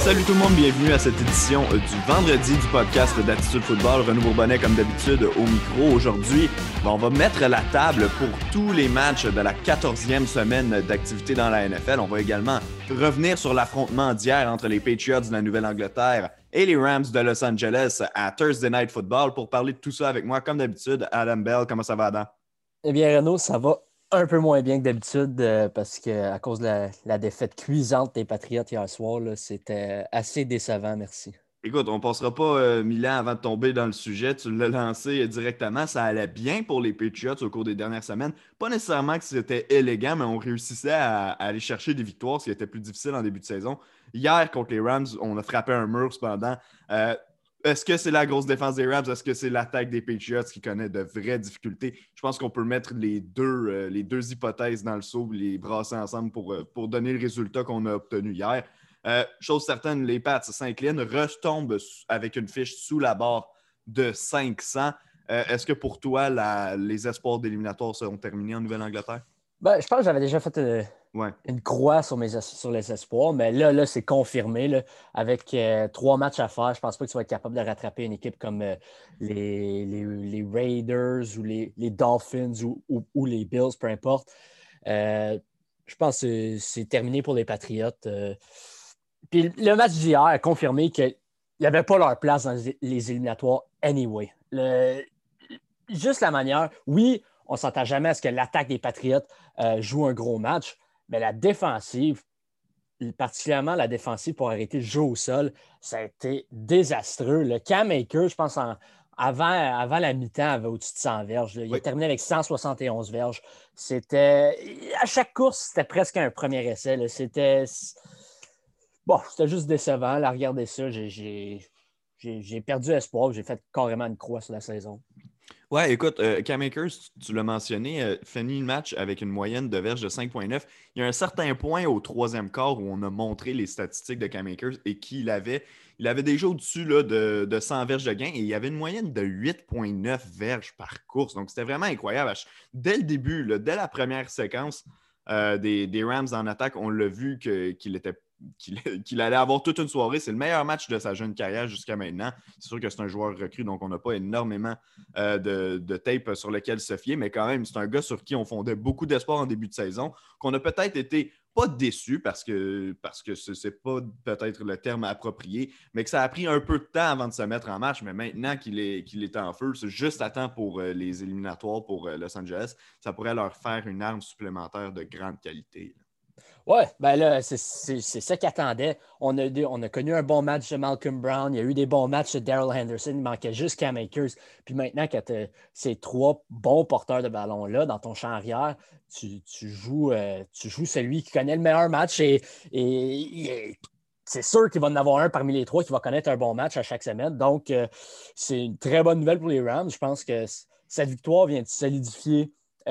Salut tout le monde, bienvenue à cette édition du vendredi du podcast d'Attitude Football. Renaud Bourbonnais comme d'habitude au micro. Aujourd'hui, on va mettre la table pour tous les matchs de la 14e semaine d'activité dans la NFL. On va également revenir sur l'affrontement d'hier entre les Patriots de la Nouvelle-Angleterre et les Rams de Los Angeles à Thursday Night Football. Pour parler de tout ça avec moi, comme d'habitude, Adam Bell. Comment ça va, Adam? Eh bien, Renaud, ça va un peu moins bien que d'habitude parce qu'à cause de la défaite cuisante des Patriots hier soir, là, c'était assez décevant, merci. Écoute, on ne passera pas 1000 ans avant de tomber dans le sujet. Tu l'as lancé directement. Ça allait bien pour les Patriots au cours des dernières semaines. Pas nécessairement que c'était élégant, mais on réussissait à aller chercher des victoires, ce qui était plus difficile en début de saison. Hier, contre les Rams, on a frappé un mur cependant. Est-ce que c'est la grosse défense des Rams? Est-ce que c'est l'attaque des Patriots qui connaît de vraies difficultés? Je pense qu'on peut mettre les deux hypothèses dans le seau, les brasser ensemble pour donner le résultat qu'on a obtenu hier. Chose certaine, les Pats s'inclinent, retombent avec une fiche sous la barre de 500. Est-ce que pour toi, les espoirs d'éliminatoire seront terminés en Nouvelle-Angleterre? Je pense que j'avais déjà fait une croix sur les espoirs, mais là c'est confirmé. Là, avec 3 matchs à faire, je ne pense pas que tu vas être capable de rattraper une équipe comme les Raiders ou les Dolphins ou les Bills, peu importe. Je pense que c'est terminé pour les Patriots. Puis le match d'hier a confirmé qu'ils n'avaient pas leur place dans les éliminatoires anyway. Juste la manière, oui, on ne s'entend jamais à ce que l'attaque des Patriots joue un gros match, mais la défensive, particulièrement la défensive pour arrêter le jeu au sol, ça a été désastreux. Le Cam Akers, je pense, avant la mi-temps, avait au-dessus de 100 verges. Là. Il a terminé avec 171 verges. À chaque course, c'était presque un premier essai. Là. C'était juste décevant. Là, regardez ça, j'ai perdu espoir. J'ai fait carrément une croix sur la saison. Ouais, écoute, Cam Akers, tu l'as mentionné, finit le match avec une moyenne de verges de 5,9. Il y a un certain point au troisième quart où on a montré les statistiques de Cam Akers et qu'il avait déjà au-dessus là, de 100 verges de gain et il y avait une moyenne de 8,9 verges par course. Donc, c'était vraiment incroyable. Dès le début, là, dès la première séquence des Rams en attaque, on l'a vu qu'il allait avoir toute une soirée. C'est le meilleur match de sa jeune carrière jusqu'à maintenant. C'est sûr que c'est un joueur recru, donc on n'a pas énormément de tape sur lequel se fier, mais quand même, c'est un gars sur qui on fondait beaucoup d'espoir en début de saison, qu'on a peut-être été pas déçu parce que c'est pas peut-être le terme approprié, mais que ça a pris un peu de temps avant de se mettre en marche, mais maintenant qu'il est en feu, c'est juste à temps pour les éliminatoires pour Los Angeles, ça pourrait leur faire une arme supplémentaire de grande qualité. Ouais, ben là, c'est ça qu'attendait. On a connu un bon match de Malcolm Brown, il y a eu des bons matchs de Darrell Henderson, il manquait juste Cam Akers. Puis maintenant, quand tu as ces 3 bons porteurs de ballon-là dans ton champ arrière, tu joues celui qui connaît le meilleur match et c'est sûr qu'il va en avoir un parmi les 3 qui va connaître un bon match à chaque semaine. Donc, c'est une très bonne nouvelle pour les Rams. Je pense que cette victoire vient de solidifier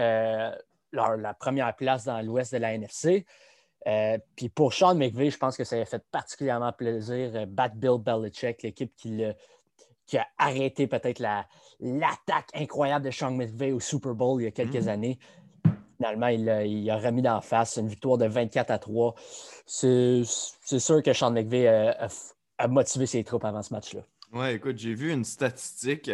la première place dans l'ouest de la NFC. Puis pour Sean McVay, je pense que ça a fait particulièrement plaisir battre Bill Belichick, l'équipe qui a arrêté peut-être l'attaque incroyable de Sean McVay au Super Bowl il y a quelques années. Finalement, il a remis d'en face une victoire de 24-3. C'est sûr que Sean McVay a motivé ses troupes avant ce match-là. Ouais, écoute, j'ai vu une statistique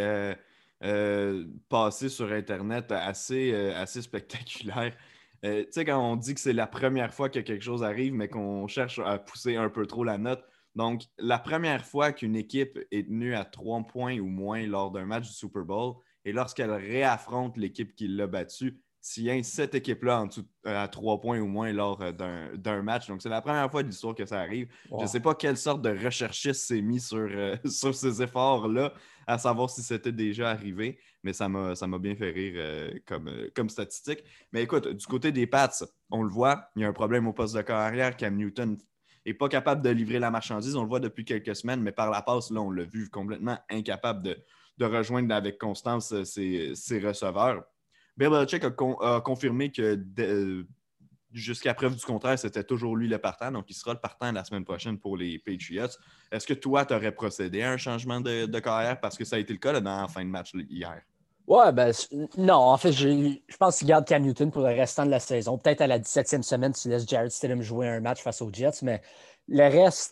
passer sur Internet assez spectaculaire. Tu sais, quand on dit que c'est la première fois que quelque chose arrive, mais qu'on cherche à pousser un peu trop la note. Donc, la première fois qu'une équipe est tenue à 3 points ou moins lors d'un match du Super Bowl, et lorsqu'elle réaffronte l'équipe qui l'a battue, tient cette équipe-là à 3 points ou moins lors d'un match. Donc, c'est la première fois de l'histoire que ça arrive. Wow. Je ne sais pas quelle sorte de recherchiste s'est mis sur ces efforts-là, à savoir si c'était déjà arrivé, mais ça m'a bien fait rire comme statistique. Mais écoute, du côté des Pats, on le voit, il y a un problème au poste de carrière. Cam Newton n'est pas capable de livrer la marchandise. On le voit depuis quelques semaines, mais par la passe, là, on l'a vu complètement incapable de rejoindre avec constance ses receveurs. Bill Belichick a confirmé que jusqu'à preuve du contraire, c'était toujours lui le partant. Donc, il sera le partant la semaine prochaine pour les Patriots. Est-ce que toi, tu aurais procédé à un changement de carrière? Parce que ça a été le cas là, dans la fin de match hier. Ouais, non, en fait, je pense qu'il garde Cam Newton pour le restant de la saison. Peut-être à la 17e semaine, tu laisses Jarrett Stidham jouer un match face aux Jets, mais le reste,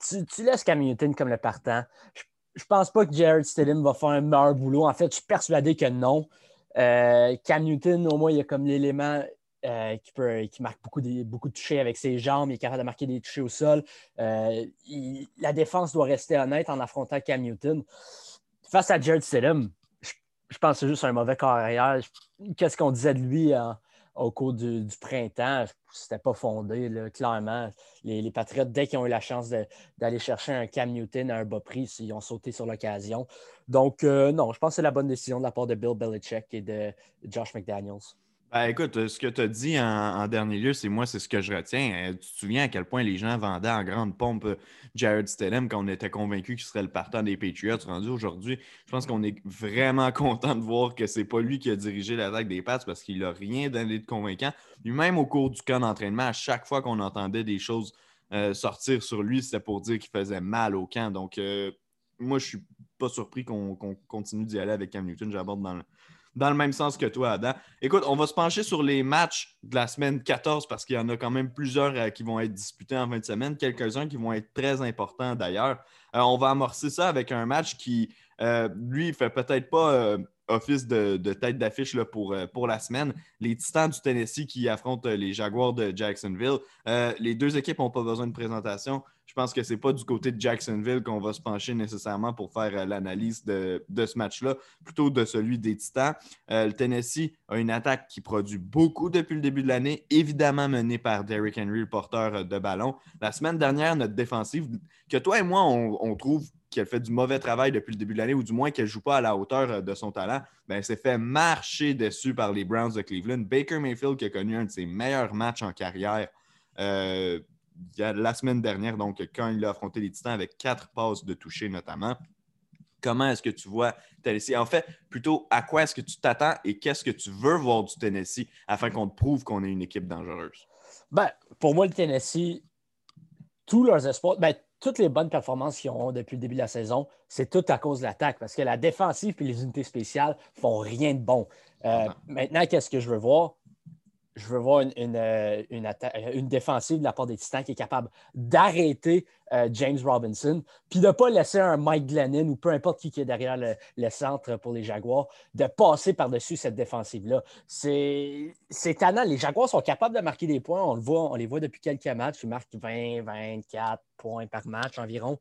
tu laisses Cam Newton comme le partant. Je pense pas que Jared Stidham va faire un meilleur boulot. En fait, je suis persuadé que non. Cam Newton, au moins, il y a comme l'élément qui marque beaucoup de touchés avec ses jambes. Il est capable de marquer des touchés au sol. La défense doit rester honnête en affrontant Cam Newton. Face à Jared Stidham, je pense que c'est juste un mauvais carrière. Qu'est-ce qu'on disait de lui au cours du printemps? C'était pas fondé, là, clairement. Les Patriots, dès qu'ils ont eu la chance d'aller chercher un Cam Newton à un bas prix, ils ont sauté sur l'occasion. Donc, non, je pense que c'est la bonne décision de la part de Bill Belichick et de Josh McDaniels. Ben, écoute, ce que tu as dit en dernier lieu, c'est ce que je retiens. Tu te souviens à quel point les gens vendaient en grande pompe Jared Stidham quand on était convaincu qu'il serait le partant des Patriots. Rendu aujourd'hui, je pense qu'on est vraiment content de voir que c'est pas lui qui a dirigé l'attaque des Pats parce qu'il n'a rien donné de convaincant. Lui-même, au cours du camp d'entraînement, à chaque fois qu'on entendait des choses sortir sur lui, c'était pour dire qu'il faisait mal au camp. Donc, moi, je suis pas surpris qu'on continue d'y aller avec Cam Newton. J'aborde dans le même sens que toi, Adam. Écoute, on va se pencher sur les matchs de la semaine 14 parce qu'il y en a quand même plusieurs qui vont être disputés en fin de semaine, quelques-uns qui vont être très importants d'ailleurs. On va amorcer ça avec un match qui, lui, fait peut-être pas office de tête d'affiche là, pour la semaine. Les Titans du Tennessee qui affrontent les Jaguars de Jacksonville. Les deux équipes n'ont pas besoin de présentation. Je pense que ce n'est pas du côté de Jacksonville qu'on va se pencher nécessairement pour faire l'analyse de ce match-là, plutôt de celui des Titans. Le Tennessee a une attaque qui produit beaucoup depuis le début de l'année, évidemment menée par Derrick Henry, le porteur de ballon. La semaine dernière, notre défensive, que toi et moi, on trouve qu'elle fait du mauvais travail depuis le début de l'année, ou du moins qu'elle ne joue pas à la hauteur de son talent, ben, elle s'est fait marcher dessus par les Browns de Cleveland. Baker Mayfield qui a connu un de ses meilleurs matchs en carrière la semaine dernière, donc quand il a affronté les Titans avec 4 passes de toucher notamment. Comment est-ce que tu vois Tennessee? En fait, plutôt, à quoi est-ce que tu t'attends et qu'est-ce que tu veux voir du Tennessee afin qu'on te prouve qu'on est une équipe dangereuse? Ben, pour moi, le Tennessee, tous leurs espoirs, toutes les bonnes performances qu'ils ont depuis le début de la saison, c'est tout à cause de l'attaque parce que la défensive et les unités spéciales font rien de bon. Maintenant, qu'est-ce que je veux voir? Je veux voir une défensive de la part des Titans qui est capable d'arrêter James Robinson, puis de ne pas laisser un Mike Glennon ou peu importe qui est derrière le centre pour les Jaguars, de passer par-dessus cette défensive-là. C'est tannant. Les Jaguars sont capables de marquer des points. On les voit depuis quelques matchs. Ils marquent 20, 24 points par match environ.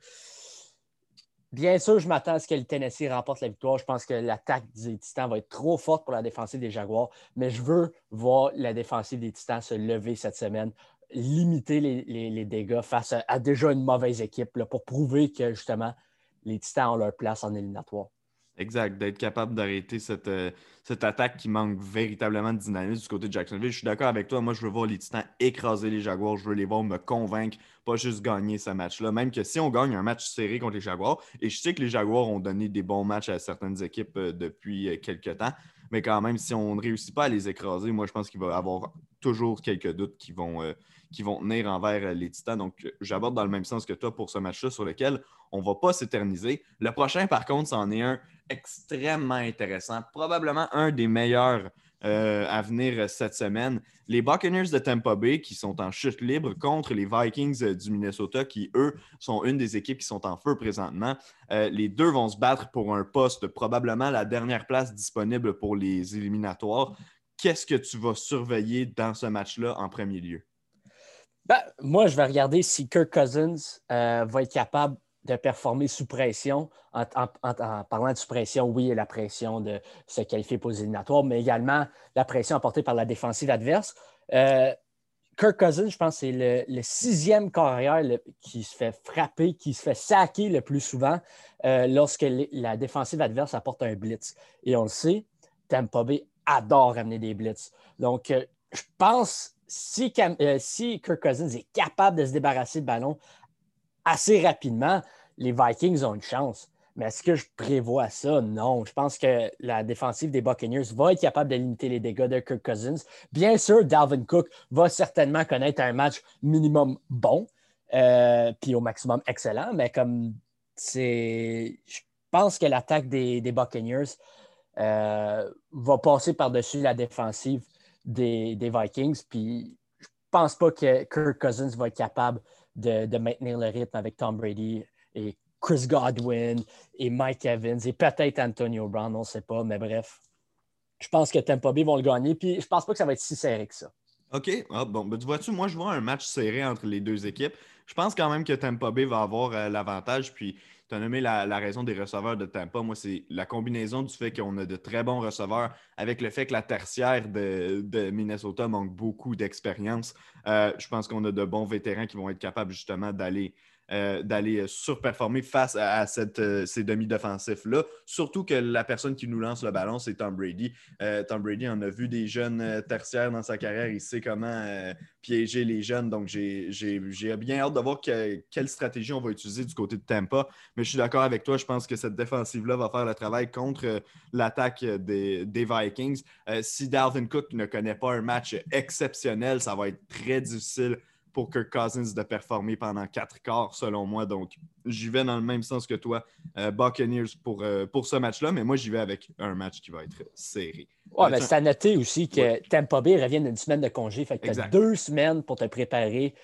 Bien sûr, je m'attends à ce que le Tennessee remporte la victoire. Je pense que l'attaque des Titans va être trop forte pour la défensive des Jaguars, mais je veux voir la défensive des Titans se lever cette semaine, limiter les dégâts face à déjà une mauvaise équipe là, pour prouver que justement les Titans ont leur place en éliminatoire. Exact, d'être capable d'arrêter cette attaque qui manque véritablement de dynamisme du côté de Jacksonville. Je suis d'accord avec toi. Moi, je veux voir les Titans écraser les Jaguars. Je veux les voir me convaincre, pas juste gagner ce match-là. Même que si on gagne un match serré contre les Jaguars, et je sais que les Jaguars ont donné des bons matchs à certaines équipes depuis quelques temps, mais quand même, si on ne réussit pas à les écraser, moi, je pense qu'il va y avoir toujours quelques doutes qui vont tenir envers les Titans. Donc, j'aborde dans le même sens que toi pour ce match-là sur lequel on ne va pas s'éterniser. Le prochain, par contre, c'en est un extrêmement intéressant. Probablement un des meilleurs à venir cette semaine. Les Buccaneers de Tampa Bay qui sont en chute libre contre les Vikings du Minnesota qui, eux, sont une des équipes qui sont en feu présentement. Les deux vont se battre pour un poste, probablement la dernière place disponible pour les éliminatoires. Qu'est-ce que tu vas surveiller dans ce match-là en premier lieu? Moi, je vais regarder si Kirk Cousins va être capable de performer sous pression. En parlant de sous pression, oui, il y a la pression de se qualifier pour les éliminatoires, mais également la pression apportée par la défensive adverse. Kirk Cousins, je pense, c'est le 6e carrière qui se fait frapper, qui se fait saquer le plus souvent lorsque la défensive adverse apporte un blitz. Et on le sait, Tampa Bay adore ramener des blitz. Donc, je pense si Kirk Cousins est capable de se débarrasser de ballon assez rapidement, les Vikings ont une chance. Mais est-ce que je prévois ça? Non. Je pense que la défensive des Buccaneers va être capable de limiter les dégâts de Kirk Cousins. Bien sûr, Dalvin Cook va certainement connaître un match minimum bon, puis au maximum excellent, mais je pense que l'attaque des Buccaneers va passer par-dessus la défensive des Vikings, puis pense pas que Kirk Cousins va être capable de maintenir le rythme avec Tom Brady et Chris Godwin et Mike Evans et peut-être Antonio Brown, on ne sait pas, mais bref. Je pense que Tampa Bay vont le gagner, puis je pense pas que ça va être si serré que ça. OK. Ah, bon, ben, tu vois-tu, moi, je vois un match serré entre les deux équipes. Je pense quand même que Tampa Bay va avoir l'avantage. Puis, tu as nommé la raison des receveurs de Tampa. Moi, c'est la combinaison du fait qu'on a de très bons receveurs avec le fait que la tertiaire de Minnesota manque beaucoup d'expérience. Je pense qu'on a de bons vétérans qui vont être capables justement d'aller surperformer face à ces demi-défensifs-là. Surtout que la personne qui nous lance le ballon, c'est Tom Brady. Tom Brady en a vu des jeunes tertiaires dans sa carrière. Il sait comment piéger les jeunes. Donc, j'ai bien hâte de voir quelle stratégie on va utiliser du côté de Tampa. Mais je suis d'accord avec toi. Je pense que cette défensive-là va faire le travail contre l'attaque des Vikings. Si Dalvin Cook ne connaît pas un match exceptionnel, ça va être très difficile pour Kirk Cousins de performer pendant 4 quarts, selon moi. Donc, j'y vais dans le même sens que toi, Buccaneers pour ce match-là, mais moi, j'y vais avec un match qui va être serré. Ouais, mais c'est à noter aussi que Tampa Bay revient d'une semaine de congé. Fait que tu as 2 semaines pour te préparer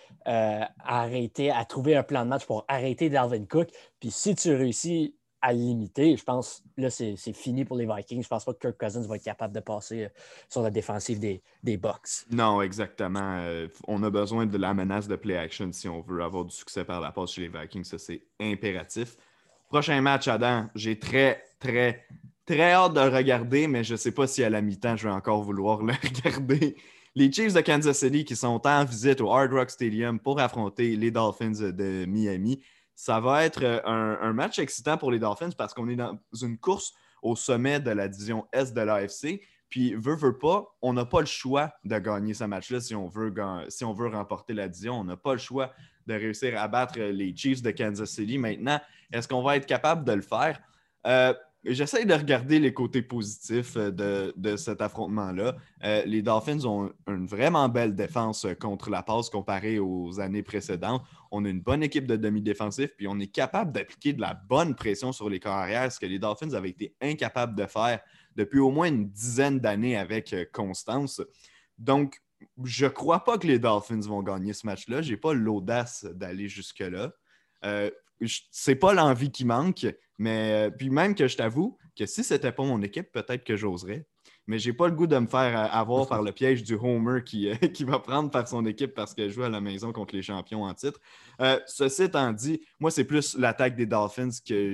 à trouver un plan de match pour arrêter Dalvin Cook. Puis si tu réussis à le limiter, je pense là, c'est fini pour les Vikings. Je pense pas que Kirk Cousins va être capable de passer sur la défensive des Bucs. Non, exactement. On a besoin de la menace de play action si on veut avoir du succès par la passe chez les Vikings. Ça, c'est impératif. Prochain match, Adam, j'ai très, très, très hâte de le regarder, mais je ne sais pas si à la mi-temps, je vais encore vouloir le regarder. Les Chiefs de Kansas City qui sont en visite au Hard Rock Stadium pour affronter les Dolphins de Miami. Ça va être un match excitant pour les Dolphins parce qu'on est dans une course au sommet de la division Est de l'AFC. Puis, veut pas, on n'a pas le choix de gagner ce match-là si on veut remporter la division. On n'a pas le choix de réussir à battre les Chiefs de Kansas City. Maintenant, est-ce qu'on va être capable de le faire? J'essaie de regarder les côtés positifs de cet affrontement-là. Les Dolphins ont une vraiment belle défense contre la passe comparée aux années précédentes. On a une bonne équipe de demi-défensifs, puis on est capable d'appliquer de la bonne pression sur les corps arrière, ce que les Dolphins avaient été incapables de faire depuis au moins une dizaine d'années avec constance. Donc, je ne crois pas que les Dolphins vont gagner ce match-là. Je n'ai pas l'audace d'aller jusque-là. C'est pas l'envie qui manque, mais puis même que je t'avoue que si c'était pas mon équipe, peut-être que j'oserais. Mais j'ai pas le goût de me faire avoir par le piège du homer qui va prendre par son équipe parce qu'elle joue à la maison contre les champions en titre. Ceci étant dit, moi, c'est plus l'attaque des Dolphins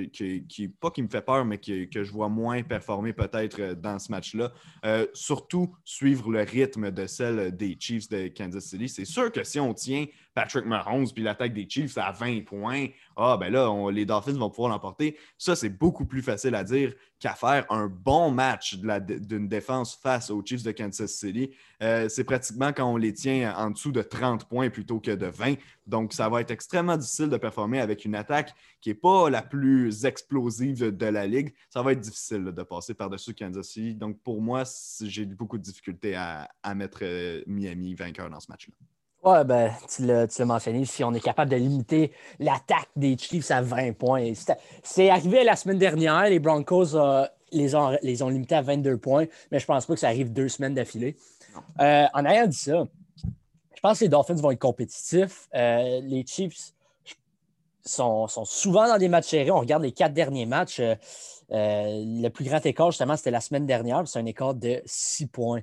pas qui me fait peur, mais que je vois moins performer peut-être dans ce match-là. Surtout suivre le rythme de celle des Chiefs de Kansas City. C'est sûr que si on tient Patrick Mahomes puis l'attaque des Chiefs à 20 points, ben là, les Dolphins vont pouvoir l'emporter. Ça, c'est beaucoup plus facile à dire qu'à faire un bon match d'une défense face aux Chiefs de Kansas City. C'est pratiquement quand on les tient en dessous de 30 points plutôt que de 20. Donc, ça va être extrêmement difficile de performer avec une attaque qui n'est pas la plus explosive de la ligue. Ça va être difficile de passer par-dessus Kansas City. Donc, pour moi, j'ai beaucoup de difficultés à mettre Miami vainqueur dans ce match-là. Ouais, ben, tu l'as mentionné, si on est capable de limiter l'attaque des Chiefs à 20 points. C'est arrivé la semaine dernière, les Broncos les ont limités à 22 points, mais je ne pense pas que ça arrive 2 semaines d'affilée. En ayant dit ça, je pense que les Dolphins vont être compétitifs. Les Chiefs sont souvent dans des matchs serrés. On regarde les 4 derniers matchs. Le plus grand écart, justement, c'était la semaine dernière. C'est un écart de 6 points.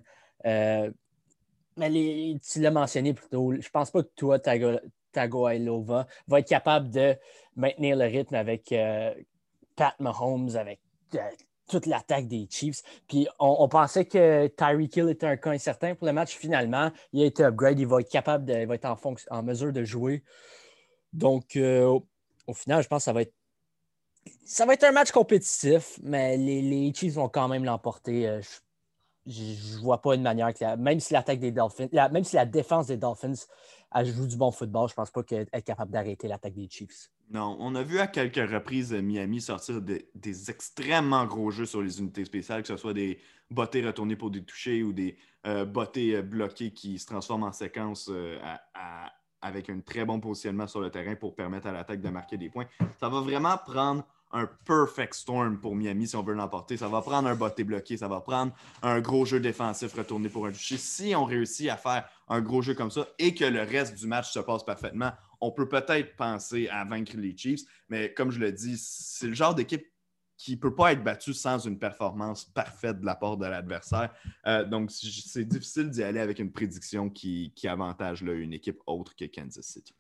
Mais tu l'as mentionné plus tôt, je ne pense pas que toi, Tagovailoa, va être capable de maintenir le rythme avec Pat Mahomes, avec toute l'attaque des Chiefs. Puis on pensait que Tyreek Hill était un cas incertain pour le match. Finalement, il a été upgrade. Il va être capable il va être en mesure de jouer. Donc, au final, je pense que ça va être un match compétitif, mais les Chiefs vont quand même l'emporter. Je ne vois pas une manière même si l'attaque des Dolphins, même si la défense des Dolphins joue du bon football, je ne pense pas qu'elle est capable d'arrêter l'attaque des Chiefs. Non, on a vu à quelques reprises Miami sortir des extrêmement gros jeux sur les unités spéciales, que ce soit des bottées retournées pour des touchés ou des bottées bloquées qui se transforment en séquence avec un très bon positionnement sur le terrain pour permettre à l'attaque de marquer des points. Ça va vraiment prendre un perfect storm pour Miami si on veut l'emporter. Ça va prendre un botté bloqué, ça va prendre un gros jeu défensif retourné pour un toucher. Si on réussit à faire un gros jeu comme ça et que le reste du match se passe parfaitement, on peut peut-être penser à vaincre les Chiefs. Mais comme je le dis, c'est le genre d'équipe qui ne peut pas être battue sans une performance parfaite de la part de l'adversaire. Donc, c'est difficile d'y aller avec une prédiction qui avantage là, une équipe autre que Kansas City.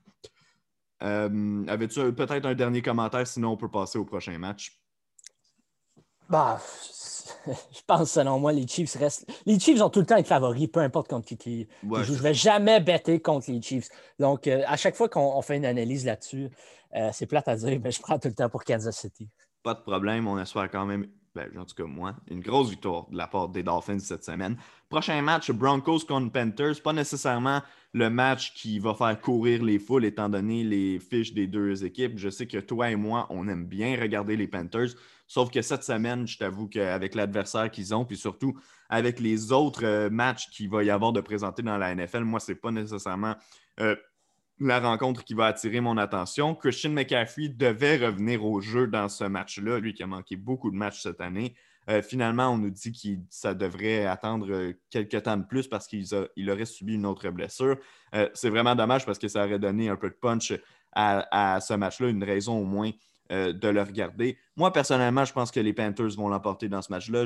Avais-tu peut-être un dernier commentaire? Sinon, on peut passer au prochain match. Bah, je pense, selon moi, les Chiefs restent. Les Chiefs ont tout le temps été favoris, peu importe contre qui joue. Je ne vais jamais better contre les Chiefs. Donc, à chaque fois qu'on fait une analyse là-dessus, c'est plate à dire, mais je prends tout le temps pour Kansas City. Pas de problème, on espère quand même, en tout cas moi, une grosse victoire de la part des Dolphins cette semaine. Prochain match, Broncos contre Panthers. Pas nécessairement le match qui va faire courir les foules étant donné les fiches des deux équipes. Je sais que toi et moi, on aime bien regarder les Panthers. Sauf que cette semaine, je t'avoue qu'avec l'adversaire qu'ils ont, puis surtout avec les autres matchs qu'il va y avoir de présenter dans la NFL, moi, c'est pas nécessairement la rencontre qui va attirer mon attention. Christian McCaffrey devait revenir au jeu dans ce match-là, lui qui a manqué beaucoup de matchs cette année. Finalement, on nous dit que ça devrait attendre quelques temps de plus parce qu'il aurait subi une autre blessure. C'est vraiment dommage parce que ça aurait donné un peu de punch à ce match-là, une raison au moins de le regarder. Moi, personnellement, je pense que les Panthers vont l'emporter dans ce match-là.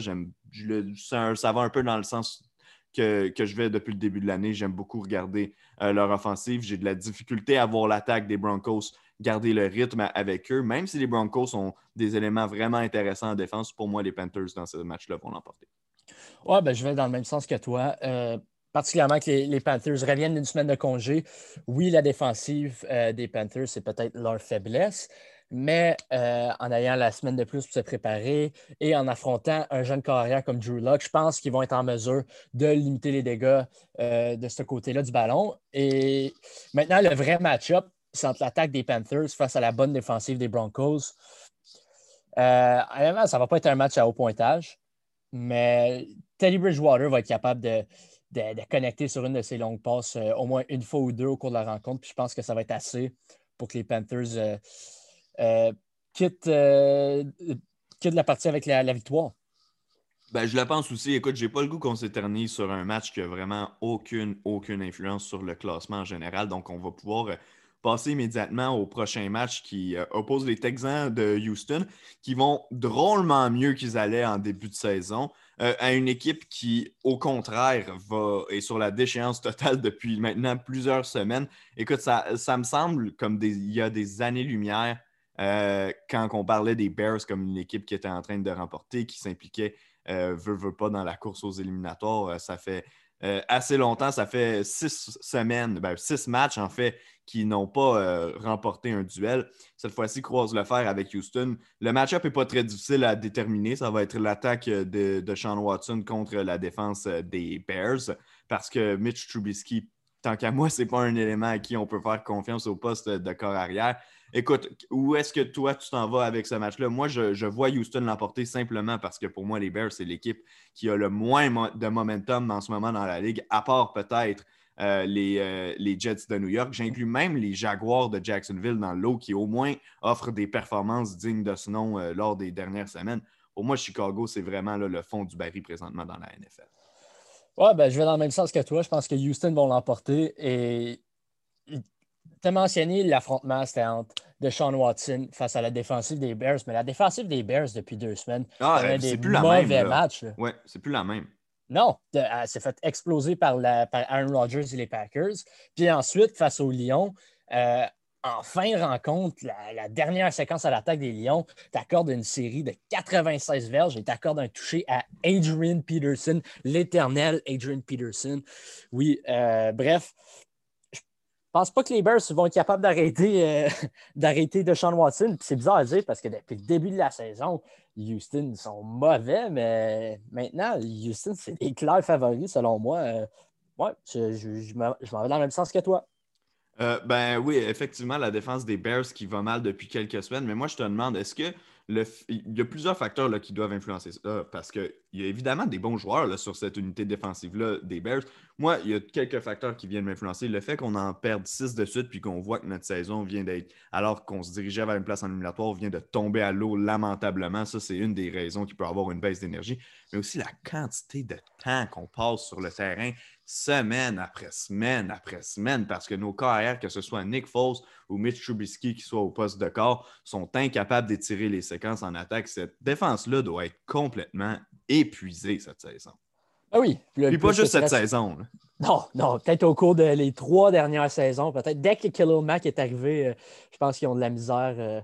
Ça va un peu dans le sens que je vais depuis le début de l'année. J'aime beaucoup regarder leur offensive. J'ai de la difficulté à voir l'attaque des Broncos garder le rythme avec eux. Même si les Broncos ont des éléments vraiment intéressants en défense, pour moi, les Panthers dans ce match-là vont l'emporter. Ouais, ben, je vais dans le même sens que toi. Particulièrement que les Panthers reviennent d'une semaine de congé. Oui, la défensive des Panthers, c'est peut-être leur faiblesse, mais en ayant la semaine de plus pour se préparer et en affrontant un jeune carrière comme Drew Lock, je pense qu'ils vont être en mesure de limiter les dégâts de ce côté-là du ballon. Et maintenant, le vrai match-up, c'est entre l'attaque des Panthers face à la bonne défensive des Broncos. Honnêtement, ça ne va pas être un match à haut pointage, mais Teddy Bridgewater va être capable de connecter sur une de ses longues passes au moins une fois ou deux au cours de la rencontre. Puis je pense que ça va être assez pour que les Panthers quittent la partie avec la victoire. Je le pense aussi. Écoute, j'ai pas le goût qu'on s'éternise sur un match qui a vraiment aucune influence sur le classement en général. Donc, on va pouvoir passer immédiatement au prochain match qui oppose les Texans de Houston, qui vont drôlement mieux qu'ils allaient en début de saison, à une équipe qui, au contraire, est sur la déchéance totale depuis maintenant plusieurs semaines. Écoute, ça me semble comme il y a des années-lumière quand on parlait des Bears comme une équipe qui était en train de remporter, qui s'impliquait veut pas dans la course aux éliminatoires. Ça fait assez longtemps, ça fait 6 semaines, 6 matchs en fait, qui n'ont pas remporté un duel. Cette fois-ci, croise le fer avec Houston. Le match-up n'est pas très difficile à déterminer. Ça va être l'attaque de Sean Watson contre la défense des Bears parce que Mitch Trubisky, tant qu'à moi, ce n'est pas un élément à qui on peut faire confiance au poste de corps arrière. Écoute, où est-ce que toi, tu t'en vas avec ce match-là? Moi, je vois Houston l'emporter simplement parce que pour moi, les Bears, c'est l'équipe qui a le moins de momentum en ce moment dans la ligue, à part peut-être les Jets de New York. J'inclus même les Jaguars de Jacksonville dans le lot qui, au moins, offrent des performances dignes de ce nom lors des dernières semaines. Pour moi, Chicago, c'est vraiment là, le fond du baril présentement dans la NFL. Ouais, ben, je vais dans le même sens que toi. Je pense que Houston vont l'emporter et tu as mentionné l'affrontement, c'était entre Deshaun Watson face à la défensive des Bears, mais la défensive des Bears depuis 2 semaines, c'est plus mauvais la même, matchs. Oui, c'est plus la même. Non, elle s'est fait exploser par Aaron Rodgers et les Packers. Puis ensuite, face aux Lions, en fin de rencontre, la dernière séquence à l'attaque des Lions, tu accordes une série de 96 verges et tu accordes un toucher à Adrian Peterson, l'éternel Adrian Peterson. Oui, bref, je pense pas que les Bears vont être capables d'arrêter Deshaun Watson. Puis c'est bizarre à dire parce que depuis le début de la saison, Houston sont mauvais, mais maintenant, Houston, c'est des clairs favoris selon moi. Ouais, je m'en vais dans le même sens que toi. Oui, effectivement, la défense des Bears qui va mal depuis quelques semaines. Mais moi, je te demande, est-ce que il y a plusieurs facteurs là, qui doivent influencer ça parce qu'il y a évidemment des bons joueurs là, sur cette unité défensive-là des Bears. Moi, il y a quelques facteurs qui viennent m'influencer. Le fait qu'on en perde 6 de suite puis qu'on voit que notre saison vient d'être, alors qu'on se dirigeait vers une place en éliminatoire, vient de tomber à l'eau lamentablement. Ça, c'est une des raisons qui peut avoir une baisse d'énergie. Mais aussi la quantité de temps qu'on passe sur le terrain semaine après semaine après semaine parce que nos carrières, que ce soit Nick Foles ou Mitch Trubisky qui soit au poste de corps, sont incapables d'étirer les séquences en attaque. Cette défense-là doit être complètement épuisée cette saison. Ah oui. Puis pas juste cette saison. Là. Non, peut-être au cours des 3 dernières saisons, peut-être. Dès que Khalil Mack est arrivé, je pense qu'ils ont de la misère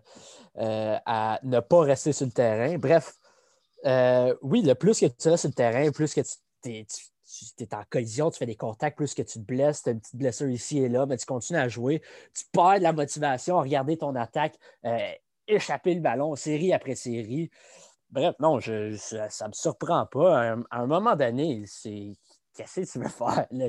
à ne pas rester sur le terrain. Bref, oui, le plus que tu restes sur le terrain, plus que tu es en collision, tu fais des contacts, plus que tu te blesses, tu as une petite blessure ici et là, mais tu continues à jouer, tu perds de la motivation à regarder ton attaque, échapper le ballon, série après série. Bref, non, ça ne me surprend pas. À un moment donné, c'est qu'est-ce que tu veux faire? Là,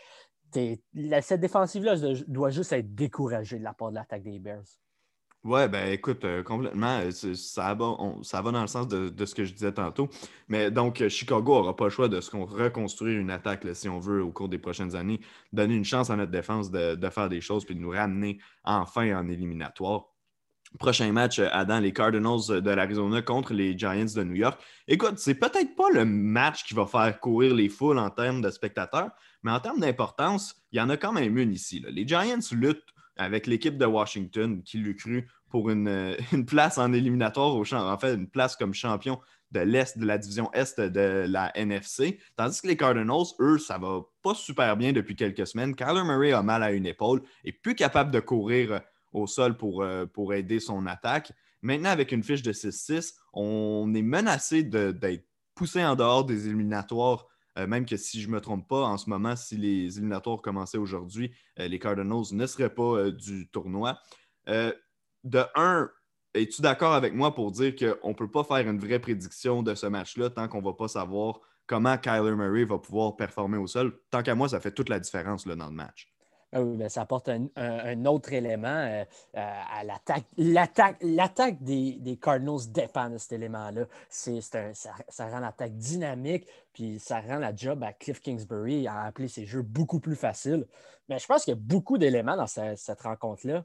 cette défensive-là doit juste être découragée de la part de l'attaque des Bears. Ouais, ben écoute, complètement, ça va dans le sens de ce que je disais tantôt. Mais donc, Chicago n'aura pas le choix de reconstruire une attaque, là, si on veut, au cours des prochaines années, donner une chance à notre défense de faire des choses puis de nous ramener enfin en éliminatoire. Prochain match, Adam, les Cardinals de l'Arizona contre les Giants de New York. Écoute, c'est peut-être pas le match qui va faire courir les foules en termes de spectateurs, mais en termes d'importance, il y en a quand même une ici. Là. Les Giants luttent avec l'équipe de Washington qui l'eût cru pour une place en éliminatoire en fait, une place comme champion de l'Est, de la division Est de la NFC. Tandis que les Cardinals, eux, ça va pas super bien depuis quelques semaines. Kyler Murray a mal à une épaule, est plus capable de courir au sol pour aider son attaque. Maintenant, avec une fiche de 6-6, on est menacé d'être poussé en dehors des éliminatoires, même que si je ne me trompe pas, en ce moment, si les éliminatoires commençaient aujourd'hui, les Cardinals ne seraient pas du tournoi. De un, es-tu d'accord avec moi pour dire qu'on ne peut pas faire une vraie prédiction de ce match-là tant qu'on ne va pas savoir comment Kyler Murray va pouvoir performer au sol? Tant qu'à moi, ça fait toute la différence là, dans le match. Ah oui, ben, ça apporte un autre élément à l'attaque. L'attaque des Cardinals dépend de cet élément-là. Ça rend l'attaque dynamique, puis ça rend la job à Cliff Kingsbury à appeler ses jeux beaucoup plus faciles. Mais je pense qu'il y a beaucoup d'éléments dans cette rencontre-là.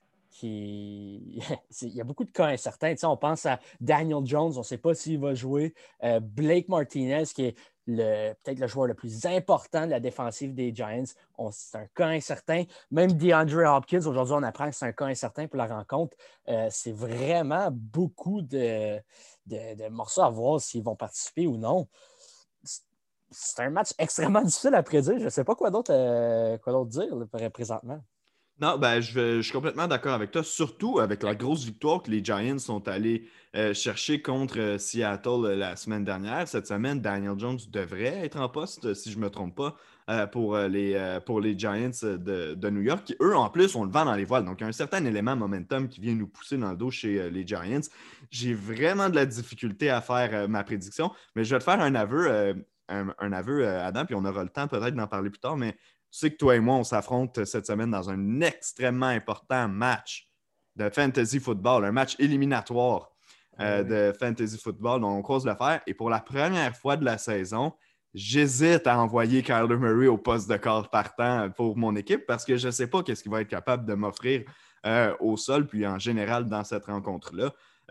Il y a beaucoup de cas incertains. Tu sais, on pense à Daniel Jones, on ne sait pas s'il va jouer. Blake Martinez, qui est peut-être le joueur le plus important de la défensive des Giants. C'est un cas incertain. Même DeAndre Hopkins, aujourd'hui, on apprend que c'est un cas incertain pour la rencontre. C'est vraiment beaucoup de morceaux à voir s'ils vont participer ou non. C'est un match extrêmement difficile à prédire. Je ne sais pas quoi d'autre dire là, présentement. Non, ben, je suis complètement d'accord avec toi, surtout avec la grosse victoire que les Giants sont allés chercher contre Seattle la semaine dernière. Cette semaine, Daniel Jones devrait être en poste, si je ne me trompe pas, pour les Giants de New York, qui, eux, en plus, ont le vent dans les voiles. Donc, il y a un certain élément momentum qui vient nous pousser dans le dos chez les Giants. J'ai vraiment de la difficulté à faire ma prédiction, mais je vais te faire un aveu, Adam, puis on aura le temps peut-être d'en parler plus tard, mais tu sais que toi et moi, on s'affronte cette semaine dans un extrêmement important match de fantasy football, un match éliminatoire de fantasy football dont on croise le fer. Et pour la première fois de la saison, j'hésite à envoyer Kyler Murray au poste de corps partant pour mon équipe parce que je ne sais pas qu'est-ce qu'il va être capable de m'offrir au sol, puis en général dans cette rencontre-là.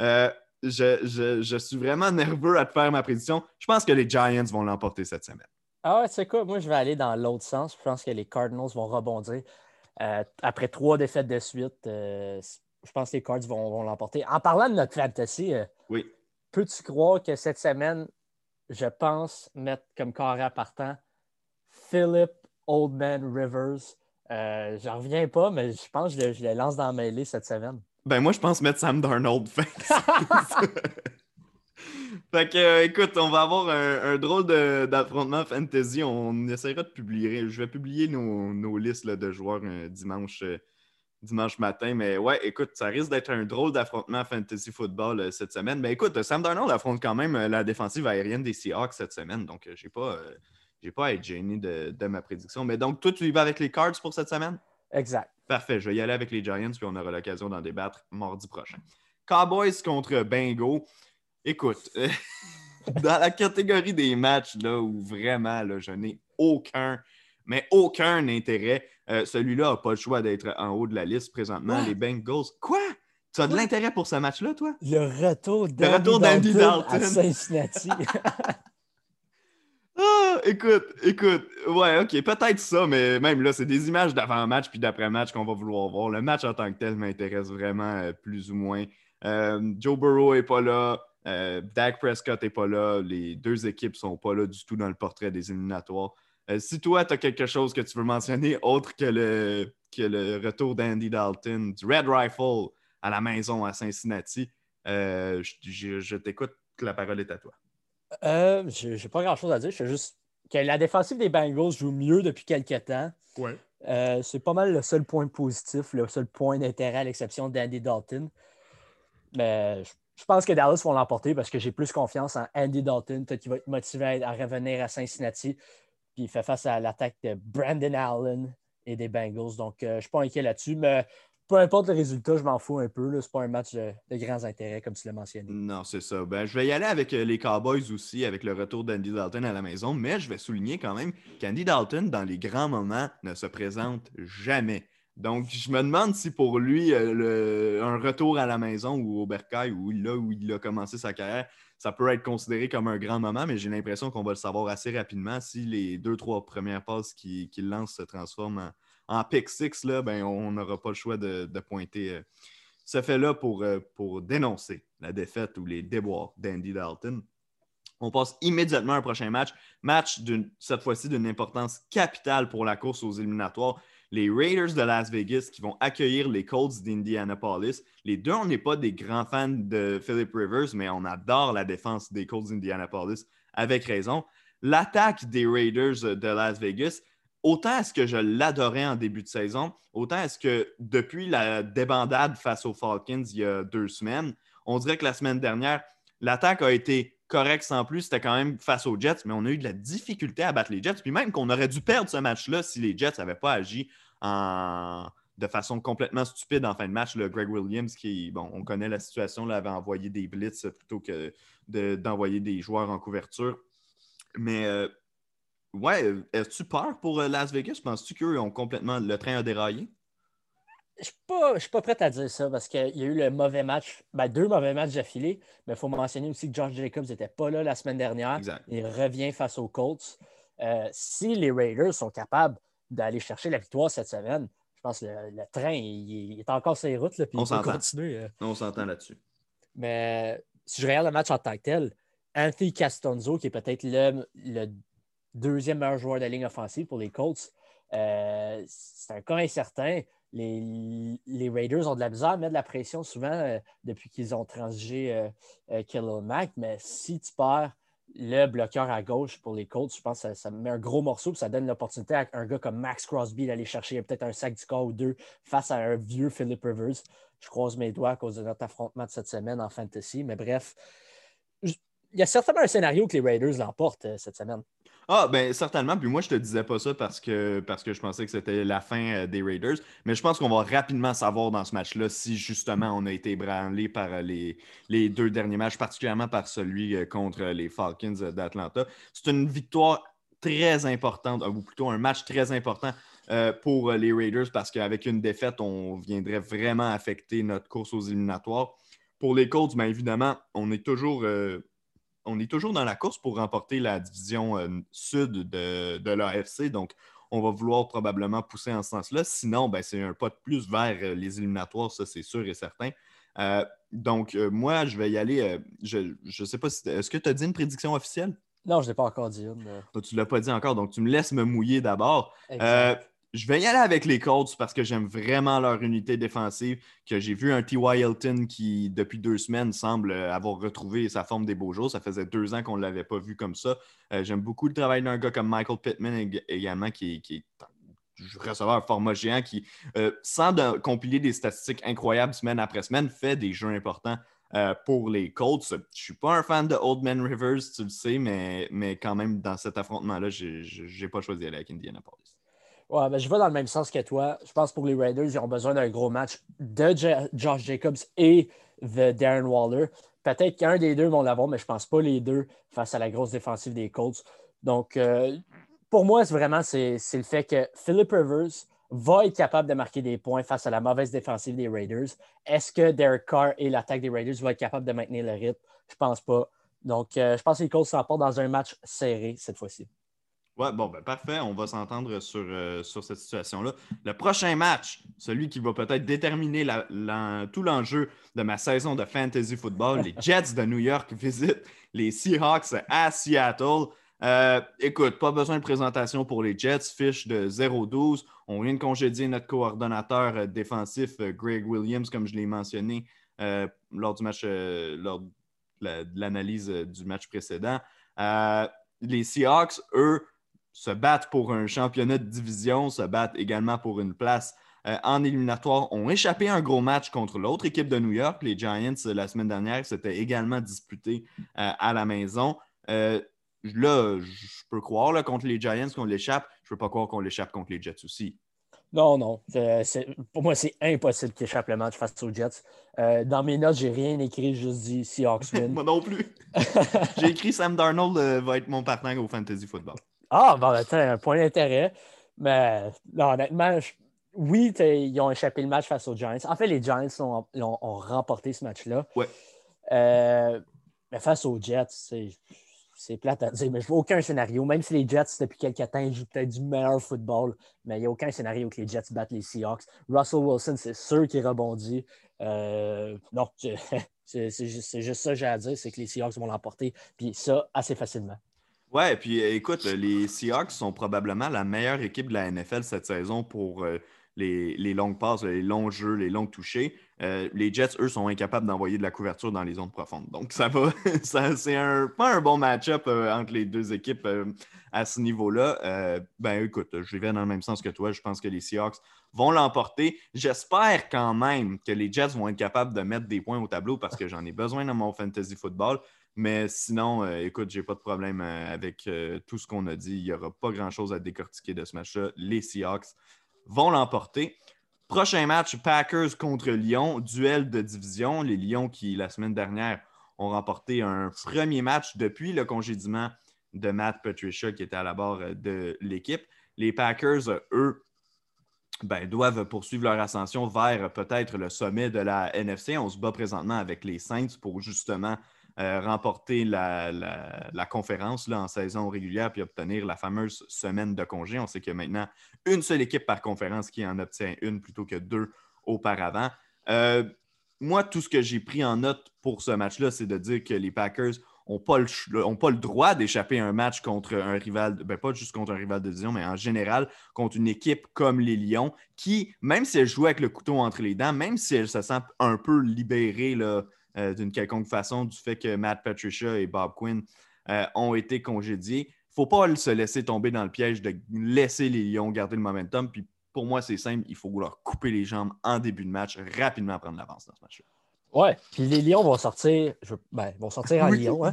Je suis vraiment nerveux à te faire ma prédiction. Je pense que les Giants vont l'emporter cette semaine. Ah ouais, c'est quoi? Moi, je vais aller dans l'autre sens. Je pense que les Cardinals vont rebondir. Après 3 défaites de suite, je pense que les Cards vont l'emporter. En parlant de notre fantasy, oui. Peux-tu croire que cette semaine, je pense mettre comme carré partant Philip Oldman Rivers? J'en reviens pas, mais je pense que je le lance dans la mêlée cette semaine. Ben moi, je pense mettre Sam Darnold. Fait que, écoute, on va avoir un drôle d'affrontement fantasy. On essaiera de publier. Je vais publier nos listes là, de joueurs dimanche matin. Mais ouais, écoute, ça risque d'être un drôle d'affrontement fantasy football cette semaine. Mais écoute, Sam Darnold affronte quand même la défensive aérienne des Seahawks cette semaine. Donc, j'ai pas à être gêné de ma prédiction. Mais donc, toi, tu y vas avec les Cards pour cette semaine? Exact. Parfait. Je vais y aller avec les Giants, puis on aura l'occasion d'en débattre mardi prochain. Cowboys contre Bengals. Écoute, dans la catégorie des matchs là, où vraiment là, je n'ai aucun intérêt, celui-là n'a pas le choix d'être en haut de la liste présentement. Les Bengals. Quoi? Tu as de l'intérêt pour ce match-là, toi? Le retour d'Andy Dalton à Cincinnati. Écoute. Ouais, OK, peut-être ça, mais même là, c'est des images d'avant-match puis d'après-match qu'on va vouloir voir. Le match en tant que tel m'intéresse vraiment plus ou moins. Joe Burrow n'est pas là. Dak Prescott n'est pas là. Les deux équipes ne sont pas là du tout dans le portrait des éliminatoires. Si toi, tu as quelque chose que tu veux mentionner autre que le retour d'Andy Dalton, du Red Rifle à la maison à Cincinnati, je t'écoute. La parole est à toi. J'ai pas grand-chose à dire. Je sais juste que la défensive des Bengals joue mieux depuis quelques temps. Ouais. C'est pas mal le seul point positif, le seul point d'intérêt à l'exception d'Andy Dalton. Mais je pense que Dallas vont l'emporter parce que j'ai plus confiance en Andy Dalton, peut-être qu'il va être motivé à revenir à Cincinnati. Puis il fait face à l'attaque de Brandon Allen et des Bengals. Donc, je ne suis pas inquiet là-dessus. Mais peu importe le résultat, je m'en fous un peu. Ce n'est pas un match de grands intérêts, comme tu l'as mentionné. Non, c'est ça. Je vais y aller avec les Cowboys aussi, avec le retour d'Andy Dalton à la maison. Mais je vais souligner quand même qu'Andy Dalton, dans les grands moments, ne se présente jamais. Donc, je me demande si pour lui, un retour à la maison ou au Bercail, où il a commencé sa carrière, ça peut être considéré comme un grand moment, mais j'ai l'impression qu'on va le savoir assez rapidement si les 2-3 premières passes qu'il lance se transforment en pick six, là, on n'aura pas le choix de pointer ce fait-là pour dénoncer la défaite ou les déboires d'Andy Dalton. On passe immédiatement à un prochain match. Cette fois-ci, d'une importance capitale pour la course aux éliminatoires. Les Raiders de Las Vegas qui vont accueillir les Colts d'Indianapolis. Les deux, on n'est pas des grands fans de Philip Rivers, mais on adore la défense des Colts d'Indianapolis, avec raison. L'attaque des Raiders de Las Vegas, autant est-ce que je l'adorais en début de saison, autant est-ce que depuis la débandade face aux Falcons il y a 2 semaines, on dirait que la semaine dernière, l'attaque a été correcte sans plus. C'était quand même face aux Jets, mais on a eu de la difficulté à battre les Jets. Puis même qu'on aurait dû perdre ce match-là si les Jets n'avaient pas agi de façon complètement stupide en fin de match. Greg Williams, on connaît la situation, là, avait envoyé des blitz plutôt que d'envoyer des joueurs en couverture. Mais ouais, as-tu peur pour Las Vegas? Penses-tu qu'eux ont complètement le train a déraillé? Je ne suis pas prêt à dire ça parce qu'il y a eu le mauvais match, 2 mauvais matchs d'affilée, mais il faut mentionner aussi que Josh Jacobs n'était pas là la semaine dernière. Exact. Il revient face aux Colts. Si les Raiders sont capables d'aller chercher la victoire cette semaine, je pense que le train il est encore sur les routes. Là, puis on il peut continuer. On s'entend là-dessus. Mais si je regarde le match en tant que tel, Anthony Castonzo, qui est peut-être le deuxième meilleur joueur de la ligne offensive pour les Colts, c'est un cas incertain. Les Raiders ont de la misère à mettre de la pression souvent depuis qu'ils ont transigé Khalil Mack, mais si tu perds le bloqueur à gauche pour les Colts, je pense que ça met un gros morceau et ça donne l'opportunité à un gars comme Max Crosby d'aller chercher peut-être un sac du corps ou 2 face à un vieux Philip Rivers. Je croise mes doigts à cause de notre affrontement de cette semaine en fantasy, mais bref, il y a certainement un scénario que les Raiders l'emportent cette semaine. Ah, ben certainement. Puis moi, je te disais pas ça parce que je pensais que c'était la fin des Raiders. Mais je pense qu'on va rapidement savoir dans ce match-là si justement on a été ébranlé par les 2 derniers matchs, particulièrement par celui contre les Falcons d'Atlanta. C'est une victoire très importante, ou plutôt un match très important pour les Raiders parce qu'avec une défaite, on viendrait vraiment affecter notre course aux éliminatoires. Pour les Colts, bien évidemment, on est toujours dans la course pour remporter la division sud de l'AFC. Donc, on va vouloir probablement pousser en ce sens-là. Sinon, c'est un pas de plus vers les éliminatoires, ça, c'est sûr et certain. Donc, moi, je vais y aller. Je ne sais pas si... Est-ce que tu as dit une prédiction officielle? Non, je ne l'ai pas encore dit. Tu ne l'as pas dit encore, donc tu me laisses me mouiller d'abord. Je vais y aller avec les Colts parce que j'aime vraiment leur unité défensive, que j'ai vu un T.Y. Hilton qui, depuis 2 semaines, semble avoir retrouvé sa forme des beaux jours. Ça faisait 2 ans qu'on ne l'avait pas vu comme ça. J'aime beaucoup le travail d'un gars comme Michael Pittman également, qui est receveur un format géant, qui, sans compiler des statistiques incroyables semaine après semaine, fait des jeux importants pour les Colts. Je ne suis pas un fan de Old Man Rivers, tu le sais, mais quand même, dans cet affrontement-là, je n'ai pas choisi d'aller avec Indianapolis. Ouais, je vais dans le même sens que toi. Je pense que pour les Raiders, ils ont besoin d'un gros match de Josh Jacobs et de Darren Waller. Peut-être qu'un des deux vont l'avoir, mais je ne pense pas les deux face à la grosse défensive des Colts. Donc, pour moi, c'est le fait que Philip Rivers va être capable de marquer des points face à la mauvaise défensive des Raiders. Est-ce que Derek Carr et l'attaque des Raiders vont être capables de maintenir le rythme? Je ne pense pas. Donc, je pense que les Colts s'emportent dans un match serré cette fois-ci. Ouais, bon, ben parfait. On va s'entendre sur cette situation-là. Le prochain match, celui qui va peut-être déterminer tout l'enjeu de ma saison de fantasy football, les Jets de New York visitent les Seahawks à Seattle. Écoute, pas besoin de présentation pour les Jets, fiche de 0-12. On vient de congédier notre coordonnateur défensif, Greg Williams, comme je l'ai mentionné lors du match, lors de l'analyse du match précédent. Les Seahawks, eux, se battent pour un championnat de division, se battent également pour une place en éliminatoire, ont échappé un gros match contre l'autre équipe de New York. Les Giants, la semaine dernière, s'étaient également disputés à la maison. Là, je peux croire là, contre les Giants qu'on l'échappe. Je ne peux pas croire qu'on l'échappe contre les Jets aussi. Non. Pour moi, c'est impossible qu'il échappe le match face aux Jets. Dans mes notes, j'ai rien écrit, juste dit Seahawks win. Moi non plus. J'ai écrit Sam Darnold va être mon partenaire au fantasy football. Ah, bon, un point d'intérêt. Mais non, honnêtement, oui, ils ont échappé le match face aux Giants. En fait, les Giants ont remporté ce match-là. Ouais. Mais face aux Jets, c'est plate à dire, mais je vois aucun scénario. Même si les Jets, depuis quelques temps, ils jouent peut-être du meilleur football, mais il n'y a aucun scénario que les Jets battent les Seahawks. Russell Wilson, c'est sûr qu'il rebondit. Non, c'est juste ça que j'ai à dire, c'est que les Seahawks vont l'emporter, puis ça, assez facilement. Ouais, puis écoute, les Seahawks sont probablement la meilleure équipe de la NFL cette saison pour les longues passes, les longs jeux, les longs touchés. Les Jets, eux, sont incapables d'envoyer de la couverture dans les zones profondes. Donc, ça va. C'est pas un bon match-up entre les deux équipes à ce niveau-là. Écoute, je vais dans le même sens que toi. Je pense que les Seahawks vont l'emporter. J'espère quand même que les Jets vont être capables de mettre des points au tableau parce que j'en ai besoin dans mon fantasy football. Mais sinon, écoute, j'ai pas de problème avec tout ce qu'on a dit. Il n'y aura pas grand-chose à décortiquer de ce match-là. Les Seahawks vont l'emporter. Prochain match, Packers contre Lyon, duel de division. Les Lions qui, la semaine dernière, ont remporté un premier match depuis le congédiement de Matt Patricia qui était à la barre de l'équipe. Les Packers, eux, doivent poursuivre leur ascension vers peut-être le sommet de la NFC. On se bat présentement avec les Saints pour justement remporter la conférence là, en saison régulière puis obtenir la fameuse semaine de congé. On sait qu'il y a maintenant une seule équipe par conférence qui en obtient une plutôt que deux auparavant. Moi, tout ce que j'ai pris en note pour ce match-là, c'est de dire que les Packers n'ont pas le droit d'échapper à un match contre un rival, pas juste contre un rival de division, mais en général, contre une équipe comme les Lions, qui, même si elle joue avec le couteau entre les dents, même si elle se sent un peu libérée là, d'une quelconque façon du fait que Matt Patricia et Bob Quinn ont été congédiés, il ne faut pas se laisser tomber dans le piège de laisser les Lions garder le momentum. Puis pour moi, c'est simple, il faut leur couper les jambes en début de match, rapidement prendre l'avance dans ce match-là. Ouais, puis les Lions vont sortir, vont sortir en oui, Lion. Hein?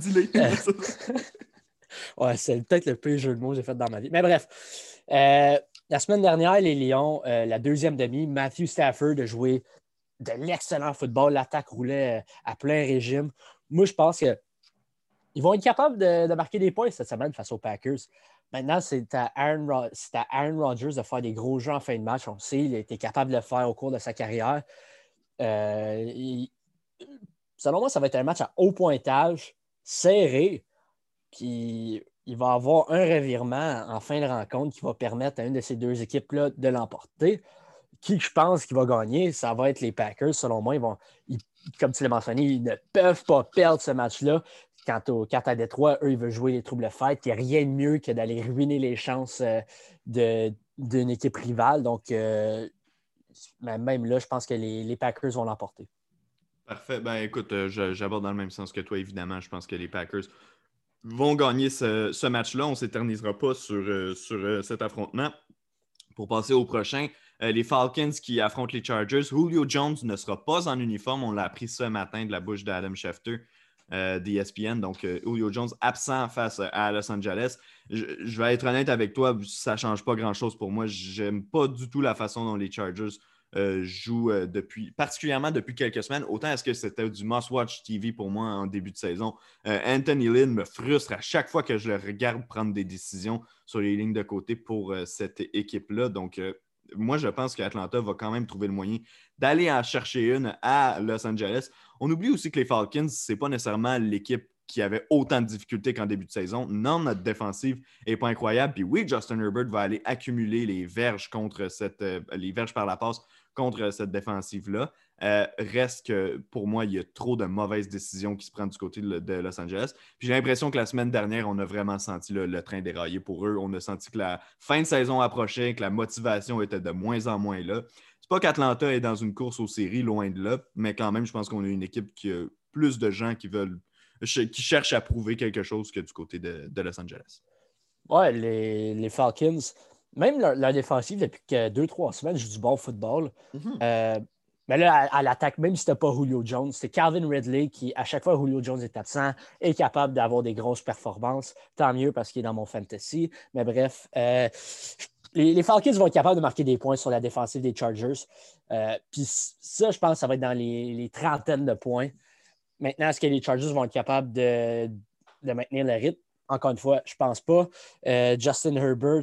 Ouais, c'est peut-être le pire jeu de mots que j'ai fait dans ma vie. Mais bref, la semaine dernière, les Lions, la deuxième demi, Matthew Stafford a joué de l'excellent football. L'attaque roulait à plein régime. Moi, je pense qu'ils vont être capables de marquer des points cette semaine face aux Packers. Maintenant, c'est à Aaron Rodgers de faire des gros jeux en fin de match. On sait, il a été capable de le faire au cours de sa carrière. Selon moi, ça va être un match à haut pointage, serré. Puis il va y avoir un revirement en fin de rencontre qui va permettre à une de ces deux équipes-là de l'emporter. Qui je pense qui va gagner, ça va être les Packers. Selon moi, comme tu l'as mentionné, ils ne peuvent pas perdre ce match-là. Quant à Détroit, eux, ils veulent jouer les troubles fêtes. Il n'y a rien de mieux que d'aller ruiner les chances d'une équipe rivale. Donc, même là, je pense que les Packers vont l'emporter. Parfait. Écoute, j'aborde dans le même sens que toi, évidemment. Je pense que les Packers vont gagner ce match-là. On ne s'éternisera pas sur cet affrontement. Pour passer au prochain, les Falcons qui affrontent les Chargers. Julio Jones ne sera pas en uniforme. On l'a appris ce matin de la bouche d'Adam Schefter d'ESPN. Donc, Julio Jones absent face à Los Angeles. Je vais être honnête avec toi, ça ne change pas grand-chose pour moi. Je n'aime pas du tout la façon dont les Chargers joue particulièrement depuis quelques semaines. Autant est-ce que c'était du must-watch TV pour moi en début de saison. Anthony Lynn me frustre à chaque fois que je le regarde prendre des décisions sur les lignes de côté pour cette équipe-là. Donc, moi, je pense qu'Atlanta va quand même trouver le moyen d'aller en chercher une à Los Angeles. On oublie aussi que les Falcons, ce n'est pas nécessairement l'équipe qui avait autant de difficultés qu'en début de saison. Non, notre défensive n'est pas incroyable. Puis oui, Justin Herbert va aller accumuler les verges les verges par la passe contre cette défensive-là. Reste que, pour moi, il y a trop de mauvaises décisions qui se prennent du côté de Los Angeles. Puis j'ai l'impression que la semaine dernière, on a vraiment senti le train dérailler pour eux. On a senti que la fin de saison approchait, que la motivation était de moins en moins là. C'est pas qu'Atlanta est dans une course aux séries, loin de là, mais quand même, je pense qu'on a une équipe qui a plus de gens qui cherchent à prouver quelque chose que du côté de Los Angeles. Ouais, les Falcons, même leur défensive, depuis 2-3 semaines, joue du bon football. Mm-hmm. Mais là, à l'attaque, même si c'était pas Julio Jones, c'est Calvin Ridley qui, à chaque fois Julio Jones est absent, est capable d'avoir des grosses performances. Tant mieux parce qu'il est dans mon fantasy. Mais bref, les Falcons vont être capables de marquer des points sur la défensive des Chargers. Puis ça, je pense que ça va être dans les trentaines de points. Maintenant, est-ce que les Chargers vont être capables de maintenir le rythme? Encore une fois, je ne pense pas. Justin Herbert,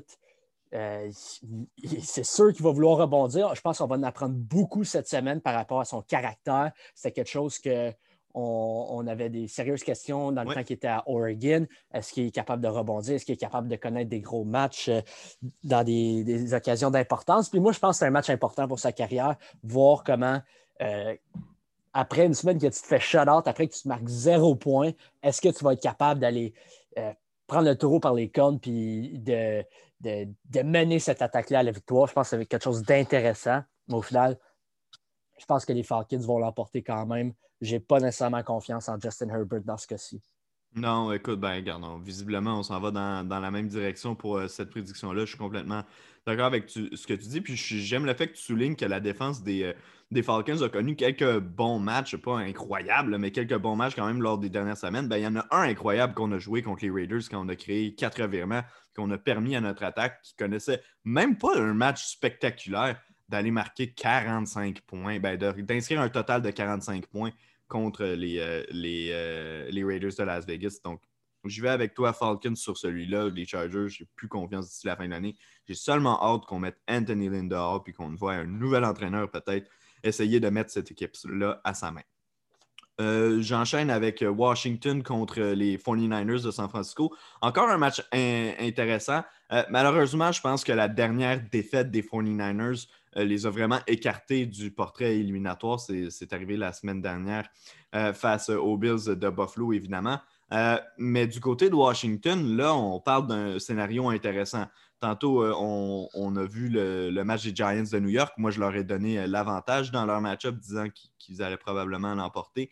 c'est sûr qu'il va vouloir rebondir. Je pense qu'on va en apprendre beaucoup cette semaine par rapport à son caractère. C'était quelque chose qu'on avait des sérieuses questions dans le temps qu'il était à Oregon. Est-ce qu'il est capable de rebondir? Est-ce qu'il est capable de connaître des gros matchs dans des occasions d'importance? Puis moi, je pense que c'est un match important pour sa carrière. Voir comment, après une semaine que tu te fais shut-out, après que tu te marques 0 points, est-ce que tu vas être capable d'aller prendre le taureau par les cornes puis de mener cette attaque-là à la victoire? Je pense que c'est quelque chose d'intéressant. Mais au final, je pense que les Falcons vont l'emporter quand même. Je n'ai pas nécessairement confiance en Justin Herbert dans ce cas-ci. Non, écoute, regarde, visiblement, on s'en va dans la même direction pour cette prédiction-là. Je suis complètement d'accord avec ce que tu dis. Puis j'aime le fait que tu soulignes que la défense des Falcons a connu quelques bons matchs, pas incroyables, mais quelques bons matchs quand même lors des dernières semaines. Il y en a un incroyable qu'on a joué contre les Raiders quand on a créé 4 revirements, qu'on a permis à notre attaque, qui connaissait même pas un match spectaculaire, d'aller marquer 45 points, d'inscrire un total de 45 points contre les Raiders de Las Vegas. Donc, je vais avec toi, Falcons, sur celui-là. Les Chargers, j'ai plus confiance d'ici la fin de l'année. J'ai seulement hâte qu'on mette Anthony Lynn dehors puis qu'on voit un nouvel entraîneur peut-être essayer de mettre cette équipe-là à sa main. J'enchaîne avec Washington contre les 49ers de San Francisco. Encore un match intéressant. Malheureusement, je pense que la dernière défaite des 49ers les a vraiment écartés du portrait éliminatoire. C'est arrivé la semaine dernière face aux Bills de Buffalo, évidemment. Mais du côté de Washington, là, on parle d'un scénario intéressant. Tantôt, on a vu le match des Giants de New York. Moi, je leur ai donné l'avantage dans leur match-up, disant qu'ils allaient probablement l'emporter.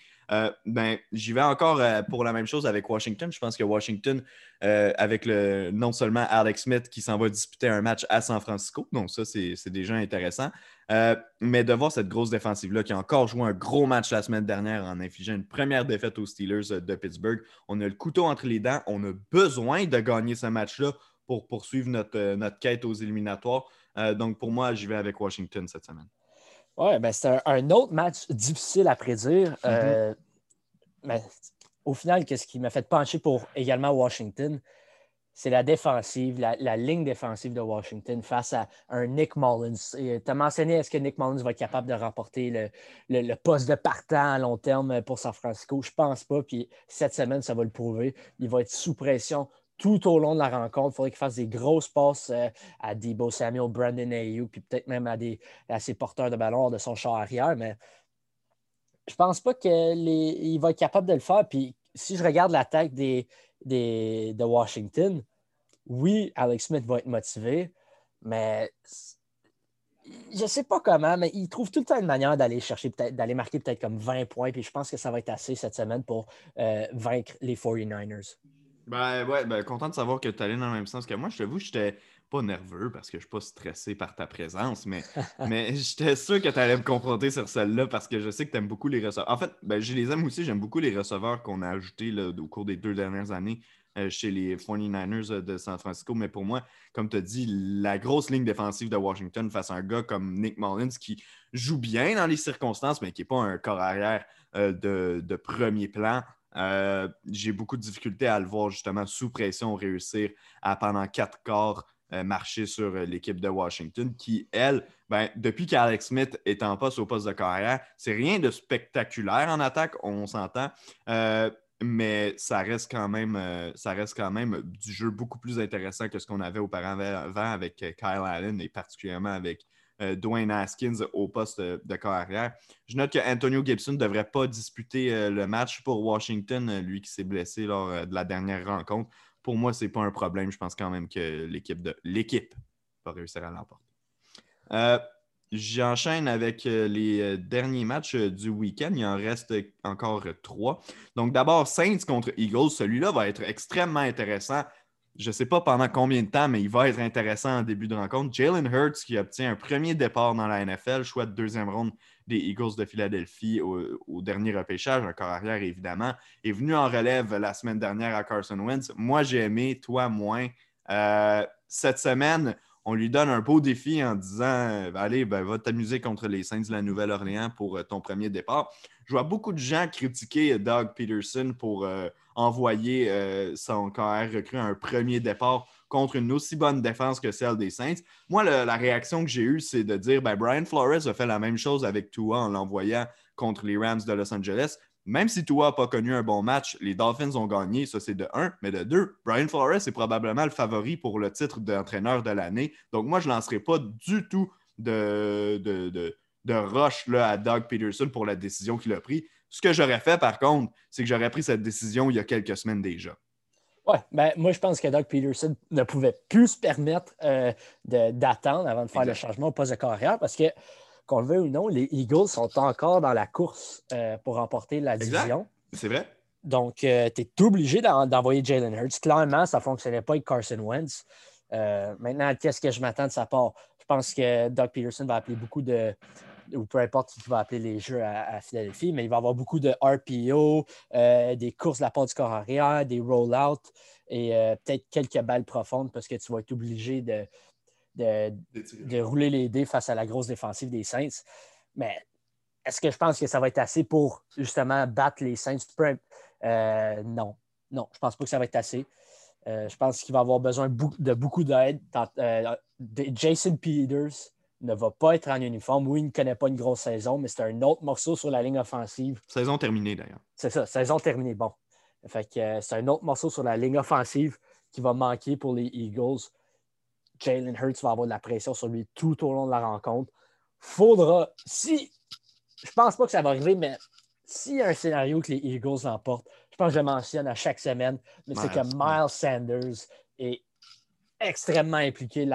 J'y vais encore pour la même chose avec Washington. Je pense que Washington, avec non seulement Alex Smith qui s'en va disputer un match à San Francisco, donc ça, c'est déjà intéressant. Mais de voir cette grosse défensive-là qui a encore joué un gros match la semaine dernière en infligeant une première défaite aux Steelers de Pittsburgh. On a le couteau entre les dents. On a besoin de gagner ce match-là pour poursuivre notre quête aux éliminatoires. Donc, pour moi, j'y vais avec Washington cette semaine. Oui, c'est un autre match difficile à prédire. Mm-hmm. Mais au final, qu'est-ce qui m'a fait pencher pour également Washington? C'est la défensive, la ligne défensive de Washington face à un Nick Mullins. Tu as mentionné, est-ce que Nick Mullins va être capable de remporter le poste de partant à long terme pour San Francisco? Je ne pense pas. Puis cette semaine, ça va le prouver. Il va être sous pression tout au long de la rencontre. Il faudrait qu'il fasse des grosses passes à Deebo Samuel, Brandon Ayuk, puis peut-être même à ses porteurs de ballon de son char arrière. Mais je ne pense pas qu'il va être capable de le faire. Puis si je regarde l'attaque de Washington, oui, Alex Smith va être motivé, mais je ne sais pas comment, mais il trouve tout le temps une manière d'aller marquer peut-être comme 20 points, puis je pense que ça va être assez cette semaine pour vaincre les 49ers. Content de savoir que tu allais dans le même sens que moi. Je t'avoue, je n'étais pas nerveux parce que je ne suis pas stressé par ta présence, mais j'étais sûr que tu allais me confronter sur celle-là parce que je sais que tu aimes beaucoup les receveurs. En fait, je les aime aussi, j'aime beaucoup les receveurs qu'on a ajoutés là, au cours des 2 dernières années chez les 49ers de San Francisco. Mais pour moi, comme tu as dit, la grosse ligne défensive de Washington face à un gars comme Nick Mullins qui joue bien dans les circonstances, mais qui n'est pas un corps arrière de premier plan. J'ai beaucoup de difficultés à le voir justement sous pression réussir à, pendant 4 quarts, marcher sur l'équipe de Washington qui, elle, depuis qu'Alex Smith est en poste au poste de carrière, c'est rien de spectaculaire en attaque, on s'entend. Mais ça reste quand même du jeu beaucoup plus intéressant que ce qu'on avait auparavant avec Kyle Allen et particulièrement avec Dwayne Haskins au poste de carrière. Je note que Antonio Gibson ne devrait pas disputer le match pour Washington, lui qui s'est blessé lors de la dernière rencontre. Pour moi, ce n'est pas un problème. Je pense quand même que l'équipe va réussir à l'emporter. J'enchaîne avec les derniers matchs du week-end. Il en reste encore 3. Donc d'abord, Saints contre Eagles. Celui-là va être extrêmement intéressant. Je ne sais pas pendant combien de temps, mais il va être intéressant en début de rencontre. Jalen Hurts, qui obtient un premier départ dans la NFL, choix de deuxième ronde des Eagles de Philadelphie au dernier repêchage, un corps arrière évidemment, est venu en relève la semaine dernière à Carson Wentz. Moi, j'ai aimé, toi moins. Cette semaine, on lui donne un beau défi en disant allez, va t'amuser contre les Saints de la Nouvelle-Orléans pour ton premier départ. Je vois beaucoup de gens critiquer Doug Peterson pour envoyer son carrière recrue à un premier départ contre une aussi bonne défense que celle des Saints. Moi, la réaction que j'ai eue, c'est de dire Brian Flores a fait la même chose avec Tua en l'envoyant contre les Rams de Los Angeles. Même si Tua n'a pas connu un bon match, les Dolphins ont gagné, ça c'est de 1, mais de 2, Brian Flores est probablement le favori pour le titre d'entraîneur de l'année. Donc moi, je ne lancerai pas du tout de rush là, à Doug Peterson pour la décision qu'il a prise. Ce que j'aurais fait, par contre, c'est que j'aurais pris cette décision il y a quelques semaines déjà. Oui, moi, je pense que Doug Peterson ne pouvait plus se permettre d'attendre avant de faire le changement au poste de carrière parce que, qu'on le veuille ou non, les Eagles sont encore dans la course pour remporter la division. C'est vrai. Donc, tu es obligé d'envoyer Jalen Hurts. Clairement, ça ne fonctionnait pas avec Carson Wentz. Maintenant, qu'est-ce que je m'attends de sa part? Je pense que Doug Peterson va appeler beaucoup ou peu importe qui va appeler les jeux à Philadelphie, mais il va y avoir beaucoup de RPO, des courses de la part du corps arrière, des roll-outs et peut-être quelques balles profondes parce que tu vas être obligé de rouler les dés face à la grosse défensive des Saints. Mais est-ce que je pense que ça va être assez pour justement battre les Saints? Non. Non, je ne pense pas que ça va être assez. Je pense qu'il va avoir besoin de beaucoup d'aide. Jason Peters ne va pas être en uniforme. Oui, il ne connaît pas une grosse saison, mais c'est un autre morceau sur la ligne offensive. Saison terminée, d'ailleurs. C'est ça, saison terminée. Bon. Fait que c'est un autre morceau sur la ligne offensive qui va manquer pour les Eagles. Jalen Hurts va avoir de la pression sur lui tout au long de la rencontre. Faudra, je pense pas que ça va arriver, mais s'il y a un scénario que les Eagles l'emportent, je pense que je le mentionne à chaque semaine, mais c'est que Miles Sanders est extrêmement impliqué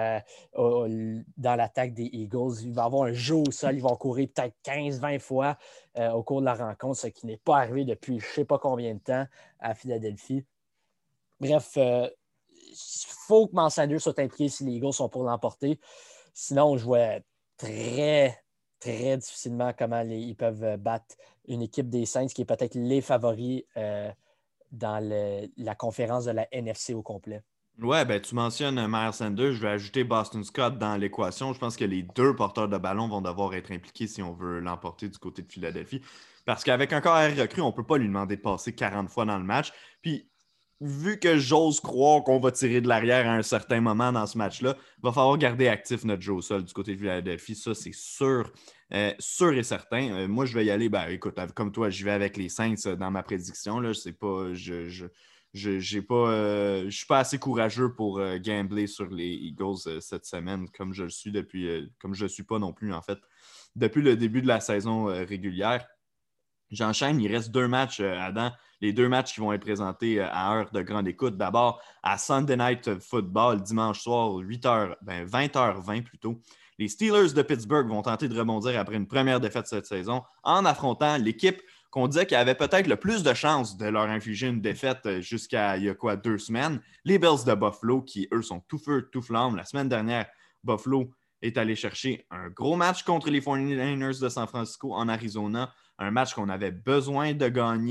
dans l'attaque des Eagles. Il va avoir un jeu au sol, ils vont courir peut-être 15-20 fois au cours de la rencontre, ce qui n'est pas arrivé depuis je ne sais pas combien de temps à Philadelphie. Bref, il faut que Miles Sanders soit impliqué si les Eagles sont pour l'emporter. Sinon, je vois très, très difficilement comment ils peuvent battre une équipe des Saints qui est peut-être les favoris dans la conférence de la NFC au complet. Ouais, tu mentionnes Miles Sanders. Je vais ajouter Boston Scott dans l'équation. Je pense que les deux porteurs de ballon vont devoir être impliqués si on veut l'emporter du côté de Philadelphie. Parce qu'avec un corps recru, on ne peut pas lui demander de passer 40 fois dans le match. Puis, vu que j'ose croire qu'on va tirer de l'arrière à un certain moment dans ce match-là, il va falloir garder actif notre jeu au sol du côté de Philadelphie. Ça, c'est sûr. Sûr et certain. Moi, je vais y aller. Écoute, comme toi, j'y vais avec les Saints dans ma prédiction. Là. C'est pas. Je ne suis pas assez courageux pour gambler sur les Eagles cette semaine, comme je le suis comme je ne le suis pas non plus, en fait, depuis le début de la saison régulière. J'enchaîne, il reste 2 matchs, Adam. Les 2 matchs qui vont être présentés à heure de grande écoute. D'abord, à Sunday Night Football, dimanche soir, 20h20 plutôt. Les Steelers de Pittsburgh vont tenter de rebondir après une première défaite cette saison en affrontant l'équipe qu'on disait qu'il avait peut-être le plus de chances de leur infliger une défaite jusqu'à, 2 semaines. Les Bills de Buffalo, qui, eux, sont tout feu, tout flamme. La semaine dernière, Buffalo est allé chercher un gros match contre les 49ers de San Francisco en Arizona. Un match qu'on avait besoin de gagner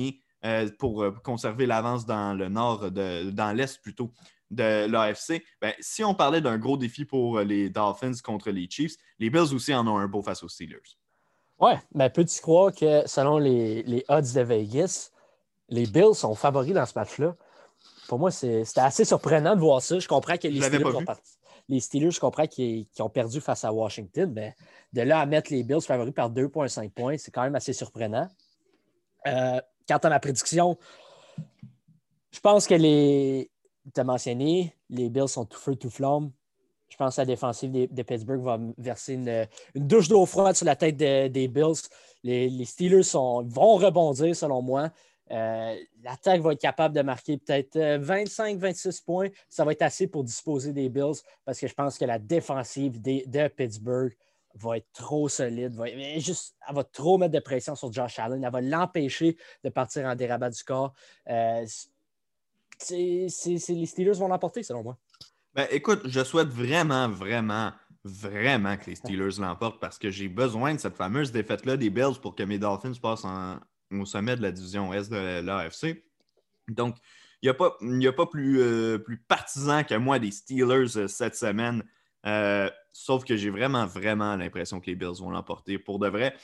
pour conserver l'avance dans le nord, dans l'est plutôt, de l'AFC. Ben, si on parlait d'un gros défi pour les Dolphins contre les Chiefs, les Bills aussi en ont un beau face aux Steelers. Ouais, mais peux-tu croire que selon les odds de Vegas, les Bills sont favoris dans ce match-là? Pour moi, c'était assez surprenant de voir ça. Je comprends que les Steelers, je comprends qu'ils ont perdu face à Washington, mais de là à mettre les Bills favoris par 2,5 points, c'est quand même assez surprenant. Quant à ma prédiction, je pense que tu as mentionné, les Bills sont tout feu, tout flamme. Je pense que la défensive de Pittsburgh va verser une douche d'eau froide sur la tête des Bills. Les Steelers vont rebondir, selon moi. L'attaque va être capable de marquer peut-être 25-26 points. Ça va être assez pour disposer des Bills parce que je pense que la défensive de Pittsburgh va être trop solide. Elle va trop mettre de pression sur Josh Allen. Elle va l'empêcher de partir en dérabat du corps. Les Steelers vont l'emporter, selon moi. Ben, écoute, je souhaite vraiment, vraiment, vraiment que les Steelers l'emportent parce que j'ai besoin de cette fameuse défaite-là des Bills pour que mes Dolphins passent au sommet de la division Est de l'AFC. Donc, il n'y a pas plus partisan que moi des Steelers cette semaine. Sauf que j'ai vraiment, vraiment l'impression que les Bills vont l'emporter. Pour de vrai,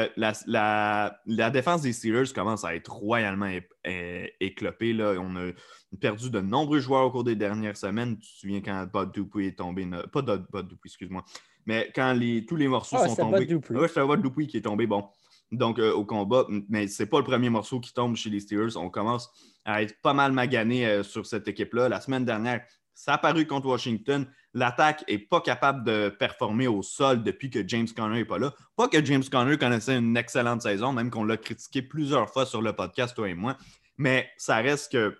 la défense des Steelers commence à être royalement éclopée. Là. On a perdu de nombreux joueurs au cours des dernières semaines. Tu te souviens quand Bud Dupree est tombé. Pas Bud Dupree, excuse-moi. Mais quand tous les morceaux sont tombés. C'est Bud Dupree qui est tombé, bon. Donc, au combat. Mais c'est pas le premier morceau qui tombe chez les Steelers. On commence à être pas mal magané sur cette équipe-là. La semaine dernière, ça a paru contre Washington. L'attaque n'est pas capable de performer au sol depuis que James Conner n'est pas là. Pas que James Conner connaissait une excellente saison, même qu'on l'a critiqué plusieurs fois sur le podcast, toi et moi. Mais ça reste que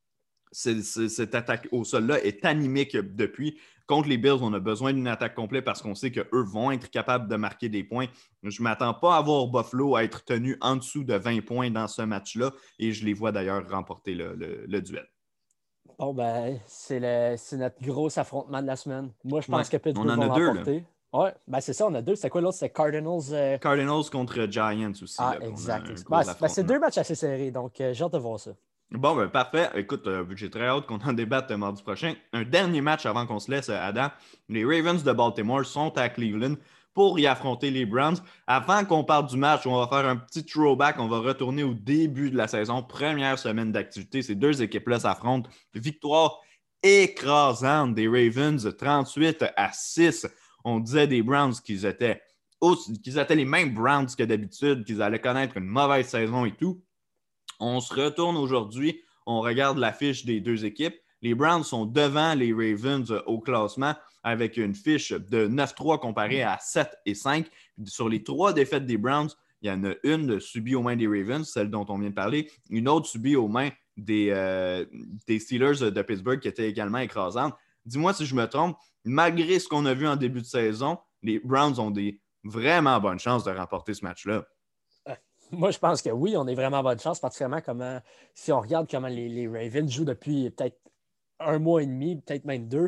cette attaque au sol-là est anémique depuis. Contre les Bills, on a besoin d'une attaque complète parce qu'on sait qu'eux vont être capables de marquer des points. Je ne m'attends pas à voir Buffalo être tenu en dessous de 20 points dans ce match-là et je les vois d'ailleurs remporter le duel. Bon, ben, c'est notre gros affrontement de la semaine. Moi, je pense que Pittsburgh va remporter. Oui, ben c'est ça, on a deux. C'est quoi l'autre? C'est Cardinals. Cardinals contre Giants aussi. Ah, là, exact. C'est deux matchs assez serrés, donc j'ai hâte de voir ça. Bon, ben parfait. Écoute, vu que j'ai très hâte qu'on en débatte mardi prochain, un dernier match avant qu'on se laisse, Adam. Les Ravens de Baltimore sont à Cleveland pour y affronter les Browns. Avant qu'on parle du match, on va faire un petit throwback. On va retourner au début de la saison, première semaine d'activité. Ces deux équipes-là s'affrontent. Victoire écrasante des Ravens, 38-6. On disait des Browns qu'ils étaient les mêmes Browns que d'habitude, qu'ils allaient connaître une mauvaise saison et tout. On se retourne aujourd'hui, on regarde l'affiche des deux équipes. Les Browns sont devant les Ravens au classement avec une fiche de 9-3 comparée à 7-5. Sur les trois défaites des Browns, il y en a une subie aux mains des Ravens, celle dont on vient de parler, une autre subie aux mains des Steelers de Pittsburgh qui était également écrasante. Dis-moi si je me trompe, malgré ce qu'on a vu en début de saison, les Browns ont des vraiment bonnes chances de remporter ce match-là. Moi, je pense que oui, on a vraiment bonne chance, particulièrement si on regarde comment les Ravens jouent depuis peut-être un mois et demi, peut-être même deux.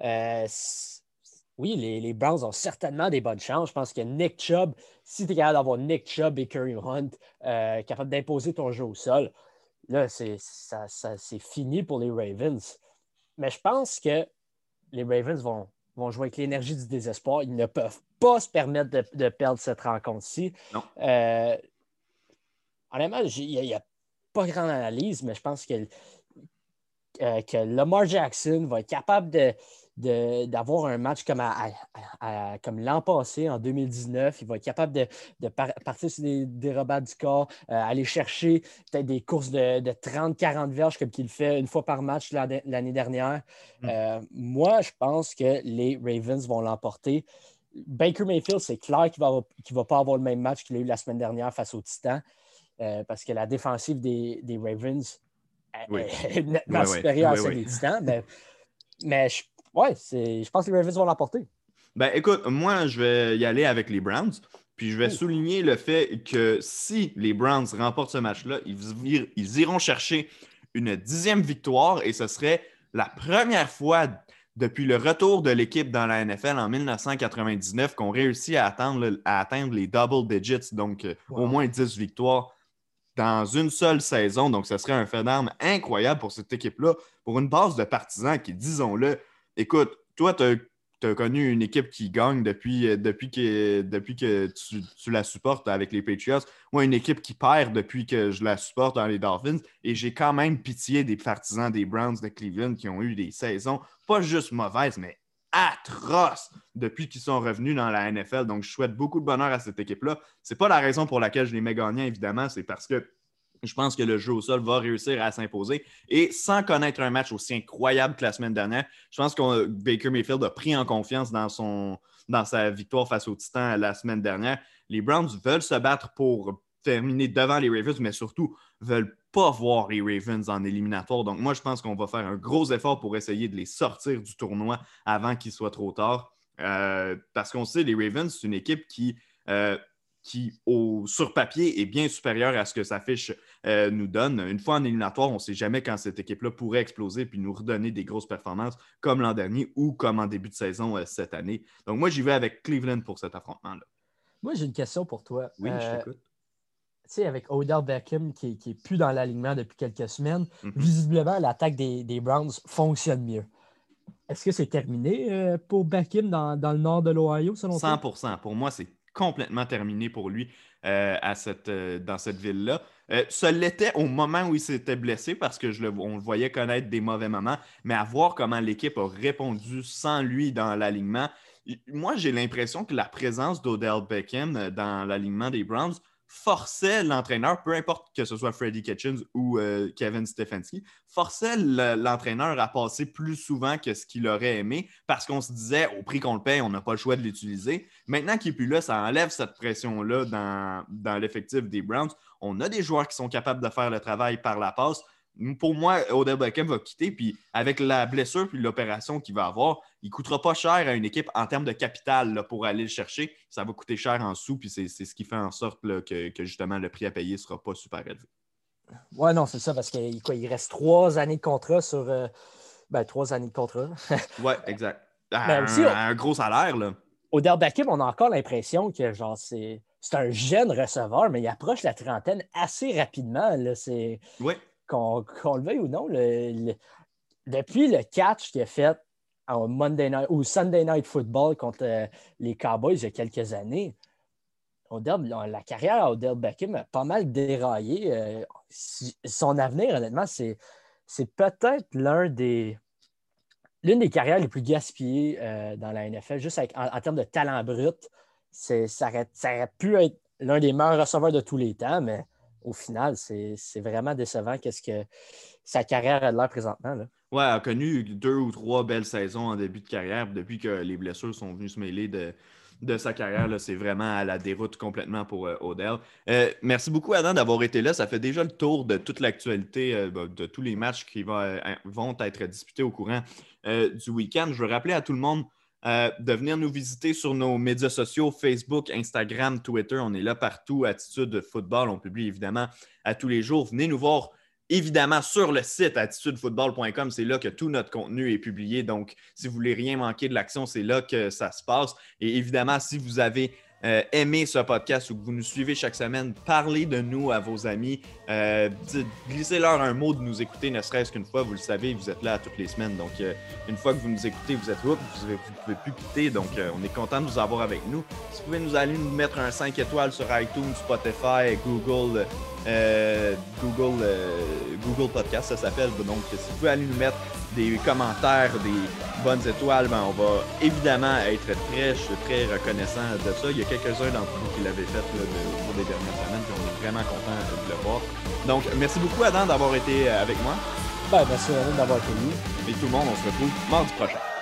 Oui, les Browns ont certainement des bonnes chances. Je pense que Nick Chubb, si tu es capable d'avoir Nick Chubb et Kareem Hunt capable d'imposer ton jeu au sol, là, c'est fini pour les Ravens. Mais je pense que les Ravens vont jouer avec l'énergie du désespoir. Ils ne peuvent pas se permettre de perdre cette rencontre-ci. Non. Honnêtement, il n'y a pas grande analyse, mais je pense que Lamar Jackson va être capable d'avoir un match comme l'an passé, en 2019. Il va être capable de partir sur des dérobades du corps, aller chercher peut-être des courses de 30-40 verges comme qu'il fait une fois par match l'année dernière. Moi, je pense que les Ravens vont l'emporter. Baker Mayfield, c'est clair qu'il ne va pas avoir le même match qu'il a eu la semaine dernière face aux Titans. Parce que la défensive des Ravens est nettement supérieure à celle des Titans. Mais je pense que les Ravens vont l'emporter. Ben, écoute, moi, je vais y aller avec les Browns. Puis je vais souligner le fait que si les Browns remportent ce match-là, ils iront chercher une 10e victoire et ce serait la première fois depuis le retour de l'équipe dans la NFL en 1999 qu'on réussit à atteindre les double digits, donc au moins 10 victoires. dans une seule saison. Donc, ce serait un fait d'armes incroyable pour cette équipe-là, pour une base de partisans qui, disons-le, écoute, toi, tu as connu une équipe qui gagne depuis que tu la supportes avec les Patriots. Moi, une équipe qui perd depuis que je la supporte dans les Dolphins. Et j'ai quand même pitié des partisans des Browns de Cleveland qui ont eu des saisons pas juste mauvaises, mais atroces depuis qu'ils sont revenus dans la NFL. Donc, je souhaite beaucoup de bonheur à cette équipe-là. C'est pas la raison pour laquelle je les mets gagnants, évidemment. C'est parce que je pense que le jeu au sol va réussir à s'imposer. Et sans connaître un match aussi incroyable que la semaine dernière, je pense que Baker Mayfield a pris en confiance dans sa victoire face aux Titans la semaine dernière. Les Browns veulent se battre pour terminer devant les Ravens, mais surtout veulent pas voir les Ravens en éliminatoire. Donc moi, je pense qu'on va faire un gros effort pour essayer de les sortir du tournoi avant qu'il soit trop tard. Parce qu'on sait, les Ravens, c'est une équipe qui sur papier, est bien supérieur à ce que sa fiche nous donne. Une fois en éliminatoire, on ne sait jamais quand cette équipe-là pourrait exploser puis nous redonner des grosses performances comme l'an dernier ou comme en début de saison cette année. Donc, moi, j'y vais avec Cleveland pour cet affrontement-là. Moi, j'ai une question pour toi. Oui, je t'écoute. Tu sais, avec Odell Beckham qui est plus dans l'alignement depuis quelques semaines, visiblement, l'attaque des Browns fonctionne mieux. Est-ce que c'est terminé pour Beckham dans le nord de l'Ohio, selon toi? 100%. Pour moi, c'est complètement terminé pour lui dans cette ville-là. Ça l'était au moment où il s'était blessé parce qu'on le voyait connaître des mauvais moments, mais à voir comment l'équipe a répondu sans lui dans l'alignement, moi, j'ai l'impression que la présence d'Odell Beckham dans l'alignement des Browns forçait l'entraîneur, peu importe que ce soit Freddie Kitchens ou Kevin Stefanski, forçait l'entraîneur à passer plus souvent que ce qu'il aurait aimé parce qu'on se disait, au prix qu'on le paye, on n'a pas le choix de l'utiliser. Maintenant qu'il n'est plus là, ça enlève cette pression-là dans l'effectif des Browns. On a des joueurs qui sont capables de faire le travail par la passe. Pour moi, Odell Beckham va quitter, puis avec la blessure puis l'opération qu'il va avoir, il ne coûtera pas cher à une équipe en termes de capital là, pour aller le chercher. Ça va coûter cher en sous, puis c'est ce qui fait en sorte là, que justement le prix à payer ne sera pas super élevé. Oui, non, c'est ça, parce qu'il reste 3 années de contrat sur... 3 années de contrat. Oui, exact. Un gros salaire, là. Odell Beckham, on a encore l'impression que genre c'est un jeune receveur, mais il approche la trentaine assez rapidement. Là. Oui. Qu'on le veuille ou non, depuis le catch qu'il a fait en Monday Night ou Sunday Night Football contre les Cowboys il y a quelques années, la carrière à Odell Beckham a pas mal déraillé. Son avenir, honnêtement, c'est peut-être l'une des carrières les plus gaspillées dans la NFL, juste en termes de talent brut. Ça aurait pu être l'un des meilleurs receveurs de tous les temps, mais au final, c'est vraiment décevant qu'est-ce que sa carrière a de l'air présentement. Là. Ouais, elle a connu 2 ou 3 belles saisons en début de carrière. Depuis que les blessures sont venues se mêler de sa carrière, là, c'est vraiment à la déroute complètement pour Odell. Merci beaucoup, Adam, d'avoir été là. Ça fait déjà le tour de toute l'actualité de tous les matchs qui vont être disputés au courant du week-end. Je veux rappeler à tout le monde de venir nous visiter sur nos médias sociaux, Facebook, Instagram, Twitter. On est là partout, Attitude Football. On publie évidemment à tous les jours. Venez nous voir évidemment sur le site attitudefootball.com. C'est là que tout notre contenu est publié. Donc, si vous voulez rien manquer de l'action, c'est là que ça se passe. Et évidemment, si vous avez aimé ce podcast ou que vous nous suivez chaque semaine, parlez de nous à vos amis. Glissez-leur un mot de nous écouter, ne serait-ce qu'une fois. Vous le savez, vous êtes là toutes les semaines. Donc, une fois que vous nous écoutez, vous êtes là, vous ne pouvez plus quitter. Donc, on est content de vous avoir avec nous. Si vous pouvez nous aller nous mettre un 5 étoiles sur iTunes, Spotify, Google Podcast, ça s'appelle. Donc, si vous pouvez aller nous mettre des commentaires, des bonnes étoiles, on va évidemment être très, très reconnaissant de ça. Il y a quelques-uns d'entre vous qui l'avaient fait au cours des dernières semaines, puis on est vraiment content de le voir. Donc, merci beaucoup, Adam, d'avoir été avec moi. Merci, Adam, d'avoir été venu. Et tout le monde, on se retrouve mardi prochain.